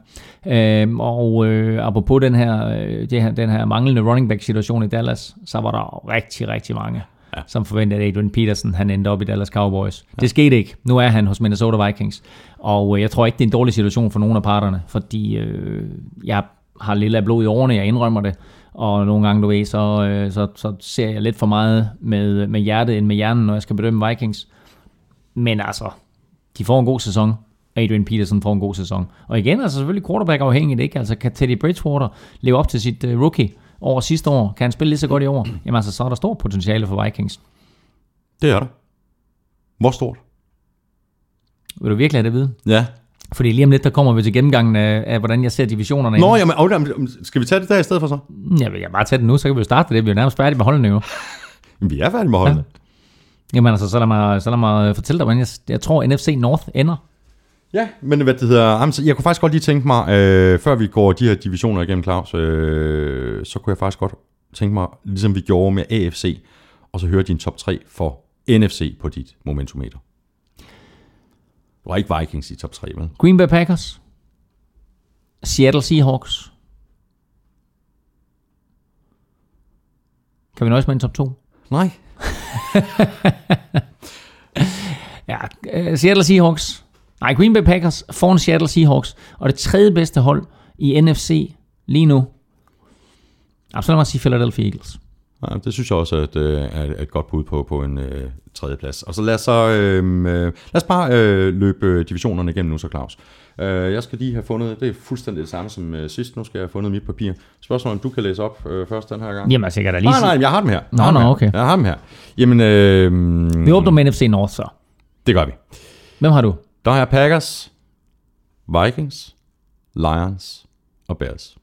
Speaker 3: og apropos den her manglende running back situation i Dallas, så var der rigtig, rigtig mange, som forventede, at Adrian Peterson, han endte op i Dallas Cowboys. Det skete ikke. Nu er han hos Minnesota Vikings, og jeg tror ikke, det er en dårlig situation for nogen af parterne, fordi jeg har lidt af blod i årene, jeg indrømmer det, og nogle gange, du ved, så ser jeg lidt for meget med hjertet end med hjernen, når jeg skal bedømme Vikings. Men altså, de får en god sæson. Adrian Peterson får en god sæson. Og igen, altså selvfølgelig quarterback afhængigt, ikke? Altså kan Teddy Bridgewater leve op til sit rookie over sidste år? Kan han spille lige så godt i år? Jamen altså, så er der stort potentiale for Vikings.
Speaker 1: Det er der. Hvor stort?
Speaker 3: Vil du virkelig have det at vide?
Speaker 1: Ja.
Speaker 3: Fordi lige om lidt, der kommer vi til gennemgangen af hvordan jeg ser divisionerne.
Speaker 1: Nå, jamen, skal vi tage det der i stedet for så?
Speaker 3: Jeg vil bare tage det nu, så kan vi jo starte det. Vi er jo nærmest færdige med holdene jo.
Speaker 1: Vi er færdige med holdene. Ja.
Speaker 3: Jamen altså, så lad mig fortælle dig, hvordan jeg tror, NFC North ender.
Speaker 1: Ja, men hvad det hedder, jeg kunne faktisk godt lige tænke mig, før vi går de her divisioner igennem, Claus, så kunne jeg faktisk godt tænke mig, ligesom vi gjorde med AFC, og så høre din top 3 for NFC på dit momentometer. Du har ikke Vikings i top 3, vel?
Speaker 3: Green Bay Packers, Seattle Seahawks. Kan vi nøjes med en top 2?
Speaker 1: Nej.
Speaker 3: Ja, Seattle Seahawks. Nej, Green Bay Packers foran Seattle Seahawks. Og det 3. bedste hold i NFC lige nu. Så lad mig sige Philadelphia Eagles.
Speaker 1: Ja, det synes jeg også er et godt bud på en 3. plads. Og så lad os bare løbe divisionerne igennem nu så, Claus. Jeg skal lige have fundet, det er fuldstændig det samme som sidst, nu skal jeg have fundet mit papir. Spørgsmålet, om du kan læse op først den her gang?
Speaker 3: Jamen, jeg sikkert da lige...
Speaker 1: Nej, jeg har dem her.
Speaker 3: Okay.
Speaker 1: Jeg har dem her. Jamen,
Speaker 3: vi åbner med NFC North, så.
Speaker 1: Det gør vi.
Speaker 3: Hvem har du?
Speaker 1: Der har jeg Packers, Vikings, Lions og Bears.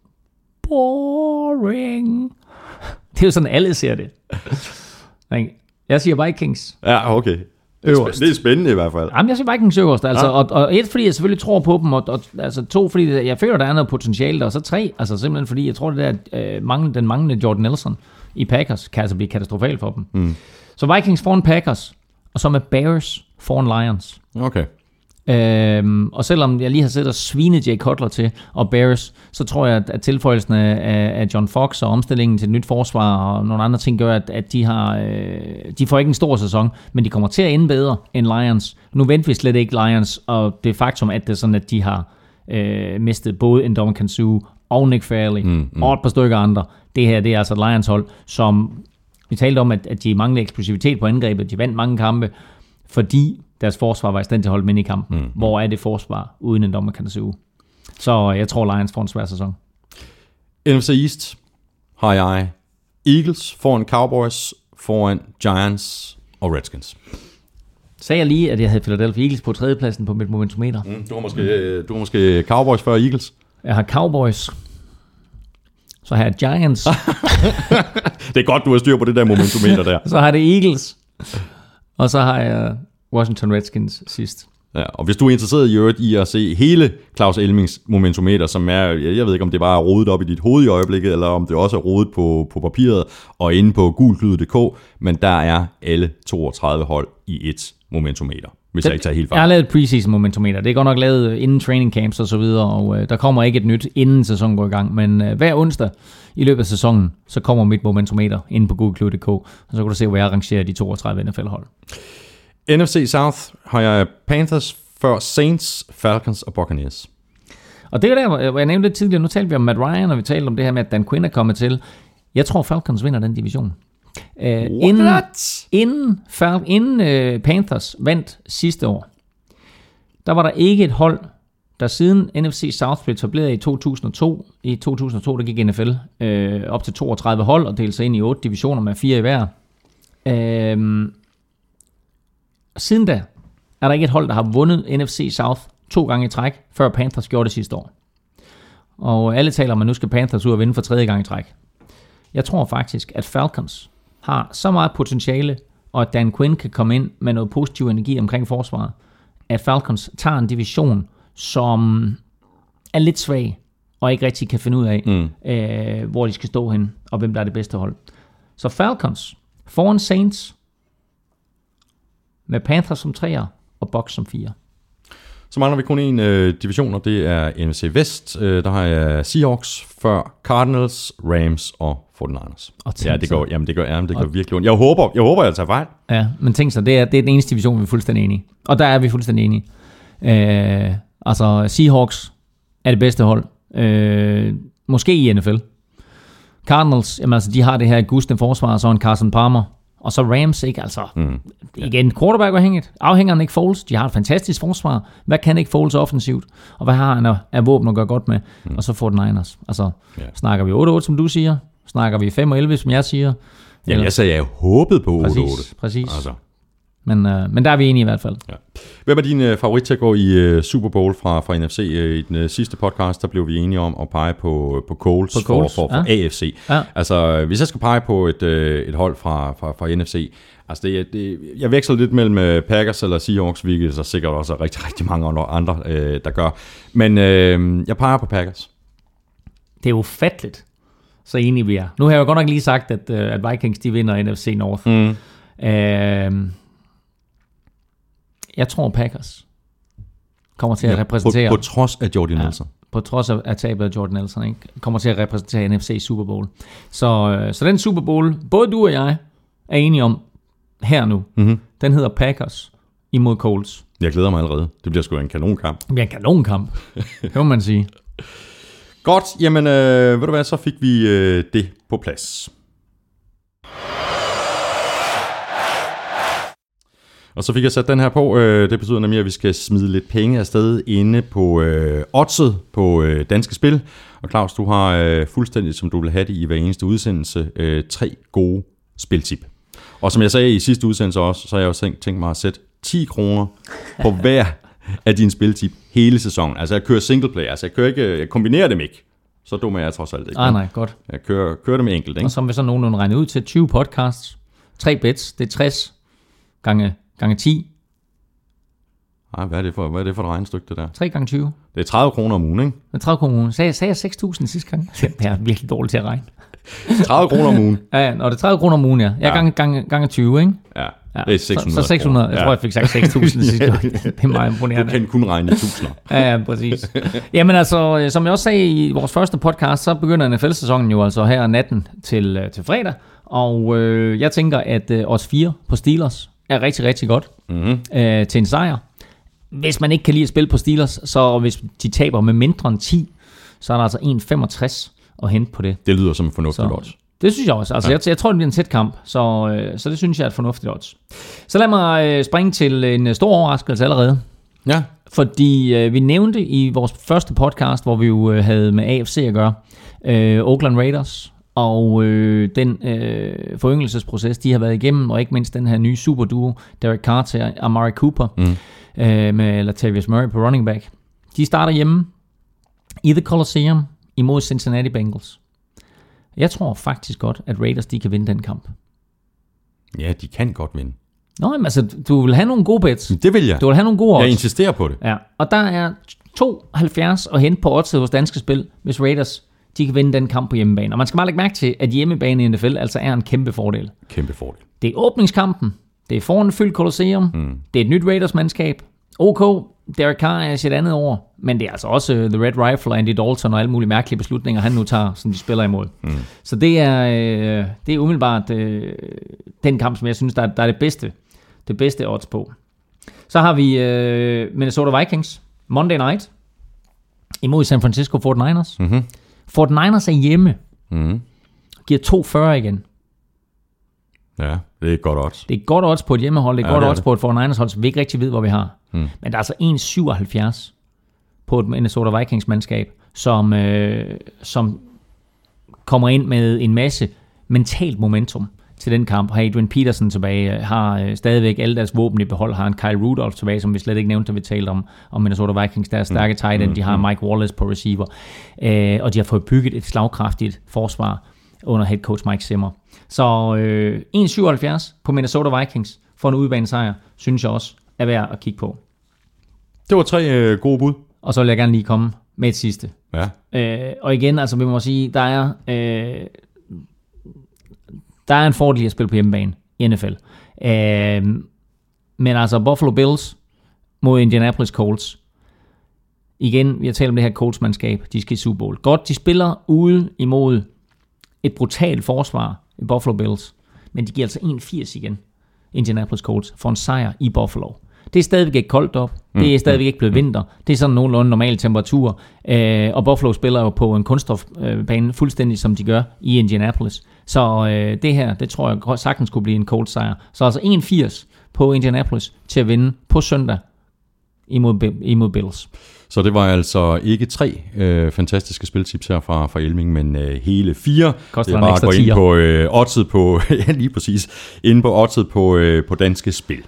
Speaker 3: Boring. Det er jo sådan, alle ser det. Jeg siger Vikings.
Speaker 1: Ja, okay.
Speaker 3: Øverst.
Speaker 1: Det er spændende i hvert fald.
Speaker 3: Jamen, jeg siger Vikings øverst. Altså, og 1, fordi jeg selvfølgelig tror på dem, og altså 2, fordi jeg føler, der er noget potentiale, og så 3, altså simpelthen fordi jeg tror, det der den manglende Jordan Nelson i Packers kan altså blive katastrofalt for dem. Så Vikings foran Packers, og så med Bears foran Lions.
Speaker 1: Okay.
Speaker 3: Og selvom jeg lige har siddet og svinet Jay Cutler til og Bears, så tror jeg, at tilføjelsen af John Fox og omstillingen til et nyt forsvar og nogle andre ting gør, at de får ikke en stor sæson, men de kommer til at ende bedre end Lions. Nu venter vi slet ikke Lions, og det faktum, at det er sådan, at de har mistet både Ndamukong Suh og Nick Fairley og et par stykker andre. Det her, det er altså et Lions hold, som vi talte om, at de mangler eksplosivitet på angrebet. De vandt mange kampe, fordi deres forsvar var i stand til at holde dem inde i kampen. Hvor er det forsvar, uden en dommer kan det se ud? Så jeg tror, Lions får en svær sæson.
Speaker 1: NFC East har jeg Eagles foran Cowboys, foran Giants og Redskins.
Speaker 3: Sagde jeg lige, at jeg havde Philadelphia Eagles på tredjepladsen på mit momentometer?
Speaker 1: Du har måske Cowboys før Eagles.
Speaker 3: Jeg har Cowboys. Så har jeg Giants.
Speaker 1: Det er godt, du har styr på det der momentometer der.
Speaker 3: Så har jeg det Eagles. Og så har jeg Washington Redskins sidst.
Speaker 1: Ja, og hvis du er interesseret i øvrigt i at se hele Claus Elmings momentometer, som er, jeg ved ikke om det bare er rodet op i dit hoved i øjeblikket, eller om det også er rodet på papiret og inde på gulklyd.dk, men der er alle 32 hold i et momentometer, hvis jeg ikke tager helt fejl.
Speaker 3: Jeg har lavet et preseason momentometer. Det er godt nok lavet inden training camps og så videre, og der kommer ikke et nyt inden sæsonen går i gang, men hver onsdag i løbet af sæsonen, så kommer mit momentometer inde på gulklyd.dk, og så kan du se, hvor jeg rangerer de 32 NFL-hold.
Speaker 1: NFC South har jeg Panthers før Saints, Falcons og Buccaneers.
Speaker 3: Og det er der, hvor jeg nævnte det tidligere. Nu talte vi om Matt Ryan, og vi talte om det her med, at Dan Quinn er kommet til. Jeg tror, Falcons vinder den division. Inden Panthers vandt sidste år, der var der ikke et hold, der siden NFC South blev etableret i 2002. I 2002 der gik NFL op til 32 hold og delte sig ind i 8 divisioner med 4 i hver. Siden da er der ikke et hold, der har vundet NFC South 2 gange i træk, før Panthers gjorde det sidste år. Og alle taler om, at nu skal Panthers ud og vinde for 3. gang i træk. Jeg tror faktisk, at Falcons har så meget potentiale, og at Dan Quinn kan komme ind med noget positiv energi omkring forsvaret, at Falcons tager en division, som er lidt svag, og ikke rigtig kan finde ud af, hvor de skal stå hen, og hvem der er det bedste hold. Så Falcons foran Saints, med Panthers som 3'er og Bucs som 4.
Speaker 1: Så mangler vi kun en division, og det er NFC Vest. Der har jeg Seahawks før Cardinals, Rams og 49ers. Ja, det går virkelig ondt. Jeg håber, jeg tager fejl.
Speaker 3: Ja, men tænk så, det er den eneste division, vi er fuldstændig enige. Og der er vi fuldstændig enige. Altså, Seahawks er det bedste hold. Måske i NFL. Cardinals, jamen, altså, de har det her gustne forsvar, og så en Carson Palmer. Og så Rams, ikke? Altså, igen, quarterback-afhængigt. Afhænger Nick Foles. De har et fantastisk forsvar. Hvad kan Nick Foles offensivt? Og hvad har han af våben at gøre godt med? Og så 49ers. Altså, snakker vi 8-8, som du siger? Snakker vi 5-11, som jeg siger?
Speaker 1: Jamen, jeg sagde, jeg håbede på 8-8.
Speaker 3: Præcis. Altså. Men der er vi enige i hvert fald. Ja.
Speaker 1: Hvem er din favorit til at gå i Super Bowl fra NFC? I den sidste podcast, der blev vi enige om at pege på Colts, for AFC. Ja. Altså, hvis jeg skal pege på et hold fra NFC, altså jeg veksler lidt mellem Packers eller Seahawks, hvilket så sikkert også er rigtig, rigtig mange andre, der gør. Men jeg peger på Packers.
Speaker 3: Det er ufatteligt, så enige vi er. Nu har jeg jo godt nok lige sagt, at Vikings de vinder NFC North. Jeg tror, Packers kommer til at repræsentere...
Speaker 1: På trods af Jordy Nelson.
Speaker 3: På trods af tabet af Jordy Nelson, ikke? Kommer til at repræsentere NFC Super Bowl. Så den Super Bowl, både du og jeg er enige om her nu, den hedder Packers imod Colts.
Speaker 1: Jeg glæder mig allerede. Det bliver sgu en kanonkamp.
Speaker 3: Det bliver en kanonkamp, kan man sige.
Speaker 1: Godt, jamen ved du hvad, så fik vi det på plads. Og så fik jeg sat den her på. Det betyder nemlig, at vi skal smide lidt penge afsted inde på oddset på Danske Spil. Og Claus, du har fuldstændig, som du vil have det i hver eneste udsendelse, 3 gode spiltip. Og som jeg sagde i sidste udsendelse også, så har jeg jo tænkt mig at sætte 10 kroner på hver af dine spiltip hele sæsonen. Altså jeg kører singleplayer, altså jeg kombinerer dem ikke. Så dum er jeg trods alt ikke.
Speaker 3: Nej, godt.
Speaker 1: Jeg kører dem enkelt, ikke?
Speaker 3: Og som vi så nogenlunde regner ud til 20 podcasts, 3 bets, det er 60 gange 10.
Speaker 1: Ej, hvad er det for et regnestykke, det der?
Speaker 3: 3 gange 20.
Speaker 1: Det er 30 kroner om ugen, ikke?
Speaker 3: Det er 30 kroner om ugen. Sagde jeg 6.000 sidste gang? Jeg er virkelig dårlig til at regne.
Speaker 1: 30 kroner om ugen.
Speaker 3: Ja, og det er 30 kroner om ugen, ja. Jeg gange 20, ikke?
Speaker 1: Ja, det er 600.
Speaker 3: Så 600. Jeg tror, jeg fik sagt 6.000 sidste gang. Det er meget imponerende.
Speaker 1: Du kan kun regne i tusinder.
Speaker 3: Ja, præcis. Jamen altså, som jeg også sagde i vores første podcast, så begynder NFL-sæsonen jo altså her natten til fredag. Og jeg tænker, at odds 4 på Steelers er rigtig, rigtig godt til en sejr. Hvis man ikke kan lide at spille på Steelers, så hvis de taber med mindre end 10, så er der altså 1,65 at hente på det.
Speaker 1: Det lyder som en fornuftig odds.
Speaker 3: Det synes jeg også. Altså, jeg tror, det bliver en tæt kamp, så det synes jeg er et fornuftigt odds. Så lad mig springe til en stor overraskelse allerede.
Speaker 1: Ja.
Speaker 3: Fordi vi nævnte i vores første podcast, hvor vi jo havde med AFC at gøre, Oakland Raiders og den foryngelsesproces, de har været igennem, og ikke mindst den her nye superduo, Derek Carr til Amari Cooper, med Latavius Murray på running back. De starter hjemme i The Coliseum imod Cincinnati Bengals. Jeg tror faktisk godt, at Raiders de kan vinde den kamp.
Speaker 1: Ja, de kan godt vinde.
Speaker 3: Nå, men altså, du vil have nogle gode bets.
Speaker 1: Det vil jeg.
Speaker 3: Du vil have nogle gode odds.
Speaker 1: Jeg insisterer på det.
Speaker 3: Ja, og der er 2,70 at hente på oddset hos Danske Spil, hvis Raiders de kan vinde den kamp på hjemmebane. Og man skal bare lægge mærke til, at hjemmebane i NFL altså er en kæmpe fordel.
Speaker 1: Kæmpe fordel.
Speaker 3: Det er åbningskampen. Det er foran fyldt Colosseum. Det er et nyt Raiders-mandskab. OK, Derek Carr er sit andet år, men det er altså også The Red Rifle og Andy Dalton og alle mulige mærkelige beslutninger, han nu tager, som de spiller imod. Så det er umiddelbart den kamp, som jeg synes, der er det bedste odds på. Så har vi Minnesota Vikings, Monday Night, imod San Francisco 49ers. 49ers er hjemme. Giver 2,40 igen.
Speaker 1: Ja, det er et godt odds.
Speaker 3: Det er et godt odds på et hjemmehold. Det er et godt odds på et 49ers hold, som vi ikke rigtig ved, hvor vi har. Men der er altså 1,77 på et Minnesota Vikings mandskab, som kommer ind med en masse mentalt momentum til den kamp. Har Adrian Peterson tilbage, har stadigvæk alle deres våben i behold, har en Kyle Rudolph tilbage, som vi slet ikke nævnte, da vi talte om Minnesota Vikings, der er stærke tight end, de har Mike Wallace på receiver, og de har fået bygget et slagkraftigt forsvar under head coach Mike Zimmer. Så 1,77 på Minnesota Vikings for en udbanesejr, synes jeg også er værd at kigge på.
Speaker 1: Det var 3 gode bud.
Speaker 3: Og så vil jeg gerne lige komme med et sidste.
Speaker 1: Ja.
Speaker 3: Og igen, altså vi må sige, der er en fordel at spille på hjemmebane i NFL. Men altså Buffalo Bills mod Indianapolis Colts. Igen, vi har talt om det her Colts-mandskab. De skal i Super Bowl. Godt, de spiller ude imod et brutalt forsvar i Buffalo Bills. Men de giver altså 1,80 igen, Indianapolis Colts, for en sejr i Buffalo. Det er stadigvæk ikke koldt op. Det er stadigvæk ikke blevet vinter. Det er sådan nogenlunde normal temperatur. Og Buffalo spiller jo på en kunststofbane, fuldstændig som de gør i Indianapolis. Så det her, det tror jeg sagtens kunne blive en Colts sejr. Så altså 1,80 på Indianapolis til at vinde på søndag imod Bills.
Speaker 1: Så det var altså ikke 3 fantastiske spiltips her fra Elming, men hele 4.
Speaker 3: Koster
Speaker 1: det er bare at gå ind på oddset på, ja lige præcis, inde på oddset på Danske Spil.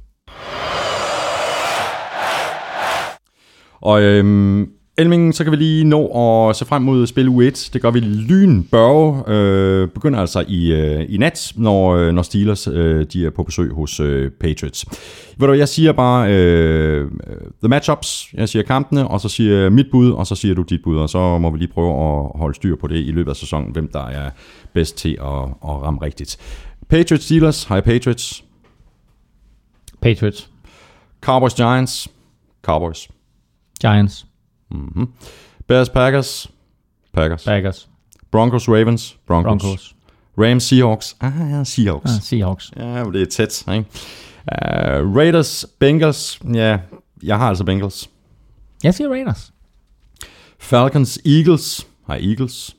Speaker 1: Og Elming, så kan vi lige nå at se frem mod spil U1. Det gør vi lynbørge. Begynder altså i nat, når Steelers de er på besøg hos Patriots. Ved du, jeg siger bare the matchups, jeg siger kampene, og så siger jeg mit bud, og så siger du dit bud, og så må vi lige prøve at holde styr på det i løbet af sæsonen, hvem der er bedst til at ramme rigtigt. Patriots Steelers, hej Patriots.
Speaker 3: Patriots.
Speaker 1: Cowboys Giants, Cowboys.
Speaker 3: Giants.
Speaker 1: Bears Packers,
Speaker 3: Packers.
Speaker 1: Broncos Ravens, Broncos. Rams Seahawks, Seahawks.
Speaker 3: Seahawks.
Speaker 1: Ja, det er tæt, ikke? Raiders Bengals, ja, jeg har altså Bengals.
Speaker 3: Jeg siger Raiders.
Speaker 1: Falcons Eagles, hej Eagles.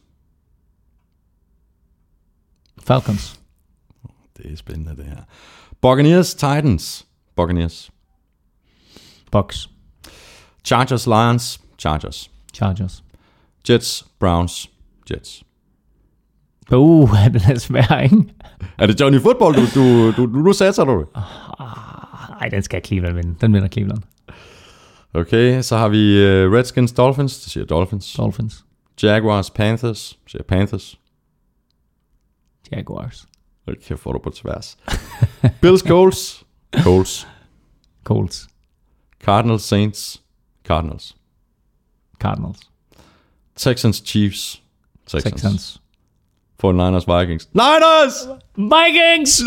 Speaker 3: Falcons.
Speaker 1: Det er spændende det her. Buccaneers Titans, Buccaneers.
Speaker 3: Bucks.
Speaker 1: Chargers Lions, Chargers. Jets Browns, Jets.
Speaker 3: Den er svær, ikke?
Speaker 1: Er det Johnny Football, du satser du?
Speaker 3: Nej, den skal Cleveland vinde. Den vinder Cleveland.
Speaker 1: Okay, så har vi Redskins Dolphins, det siger Dolphins. Jaguars Panthers, siger Panthers.
Speaker 3: Jaguars.
Speaker 1: Okay, får du på tværs. Bills Colts. Cardinals Saints, Cardinals. Texans Chiefs, Texans. 49ers Vikings. Niners!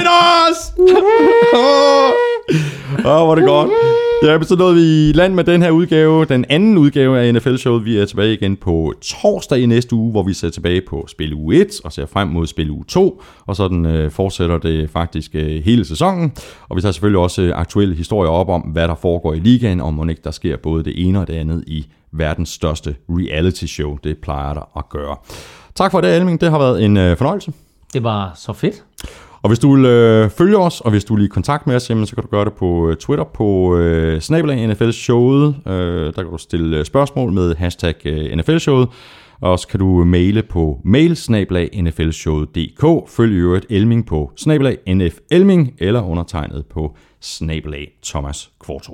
Speaker 1: Hvor er det godt. Ja, så nåede vi i land med den her udgave, den anden udgave af NFL-showet. Vi er tilbage igen på torsdag i næste uge, hvor vi ser tilbage på spil uge 1 og ser frem mod spil uge 2. Og sådan fortsætter det faktisk hele sæsonen. Og vi tager selvfølgelig også aktuelle historier op om, hvad der foregår i ligaen, og om ikke der sker både det ene og det andet i verdens største reality show. Det plejer der at gøre. Tak for det, Elming. Det har været en fornøjelse.
Speaker 3: Det var så fedt.
Speaker 1: Og hvis du vil følge os, og hvis du vil i kontakt med os, jamen, så kan du gøre det på Twitter på @NFL-showet. Der kan du stille spørgsmål med hashtag NFL-showet. Og så kan du maile på mail@nflshowet.dk. Følg i øvrigt Elming på @nfelming eller undertegnet på @Thomas Kvartrup.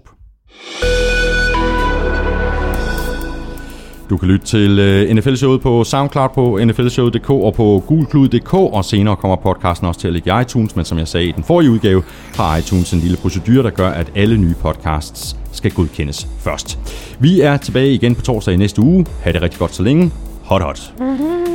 Speaker 1: Du kan lytte til NFL-showet på SoundCloud, på nflshowet.dk og på gulklud.dk, og senere kommer podcasten også til at ligge i iTunes, men som jeg sagde i den forrige udgave, har iTunes en lille procedure, der gør, at alle nye podcasts skal godkendes først. Vi er tilbage igen på torsdag i næste uge. Ha' det rigtig godt så længe. Hot.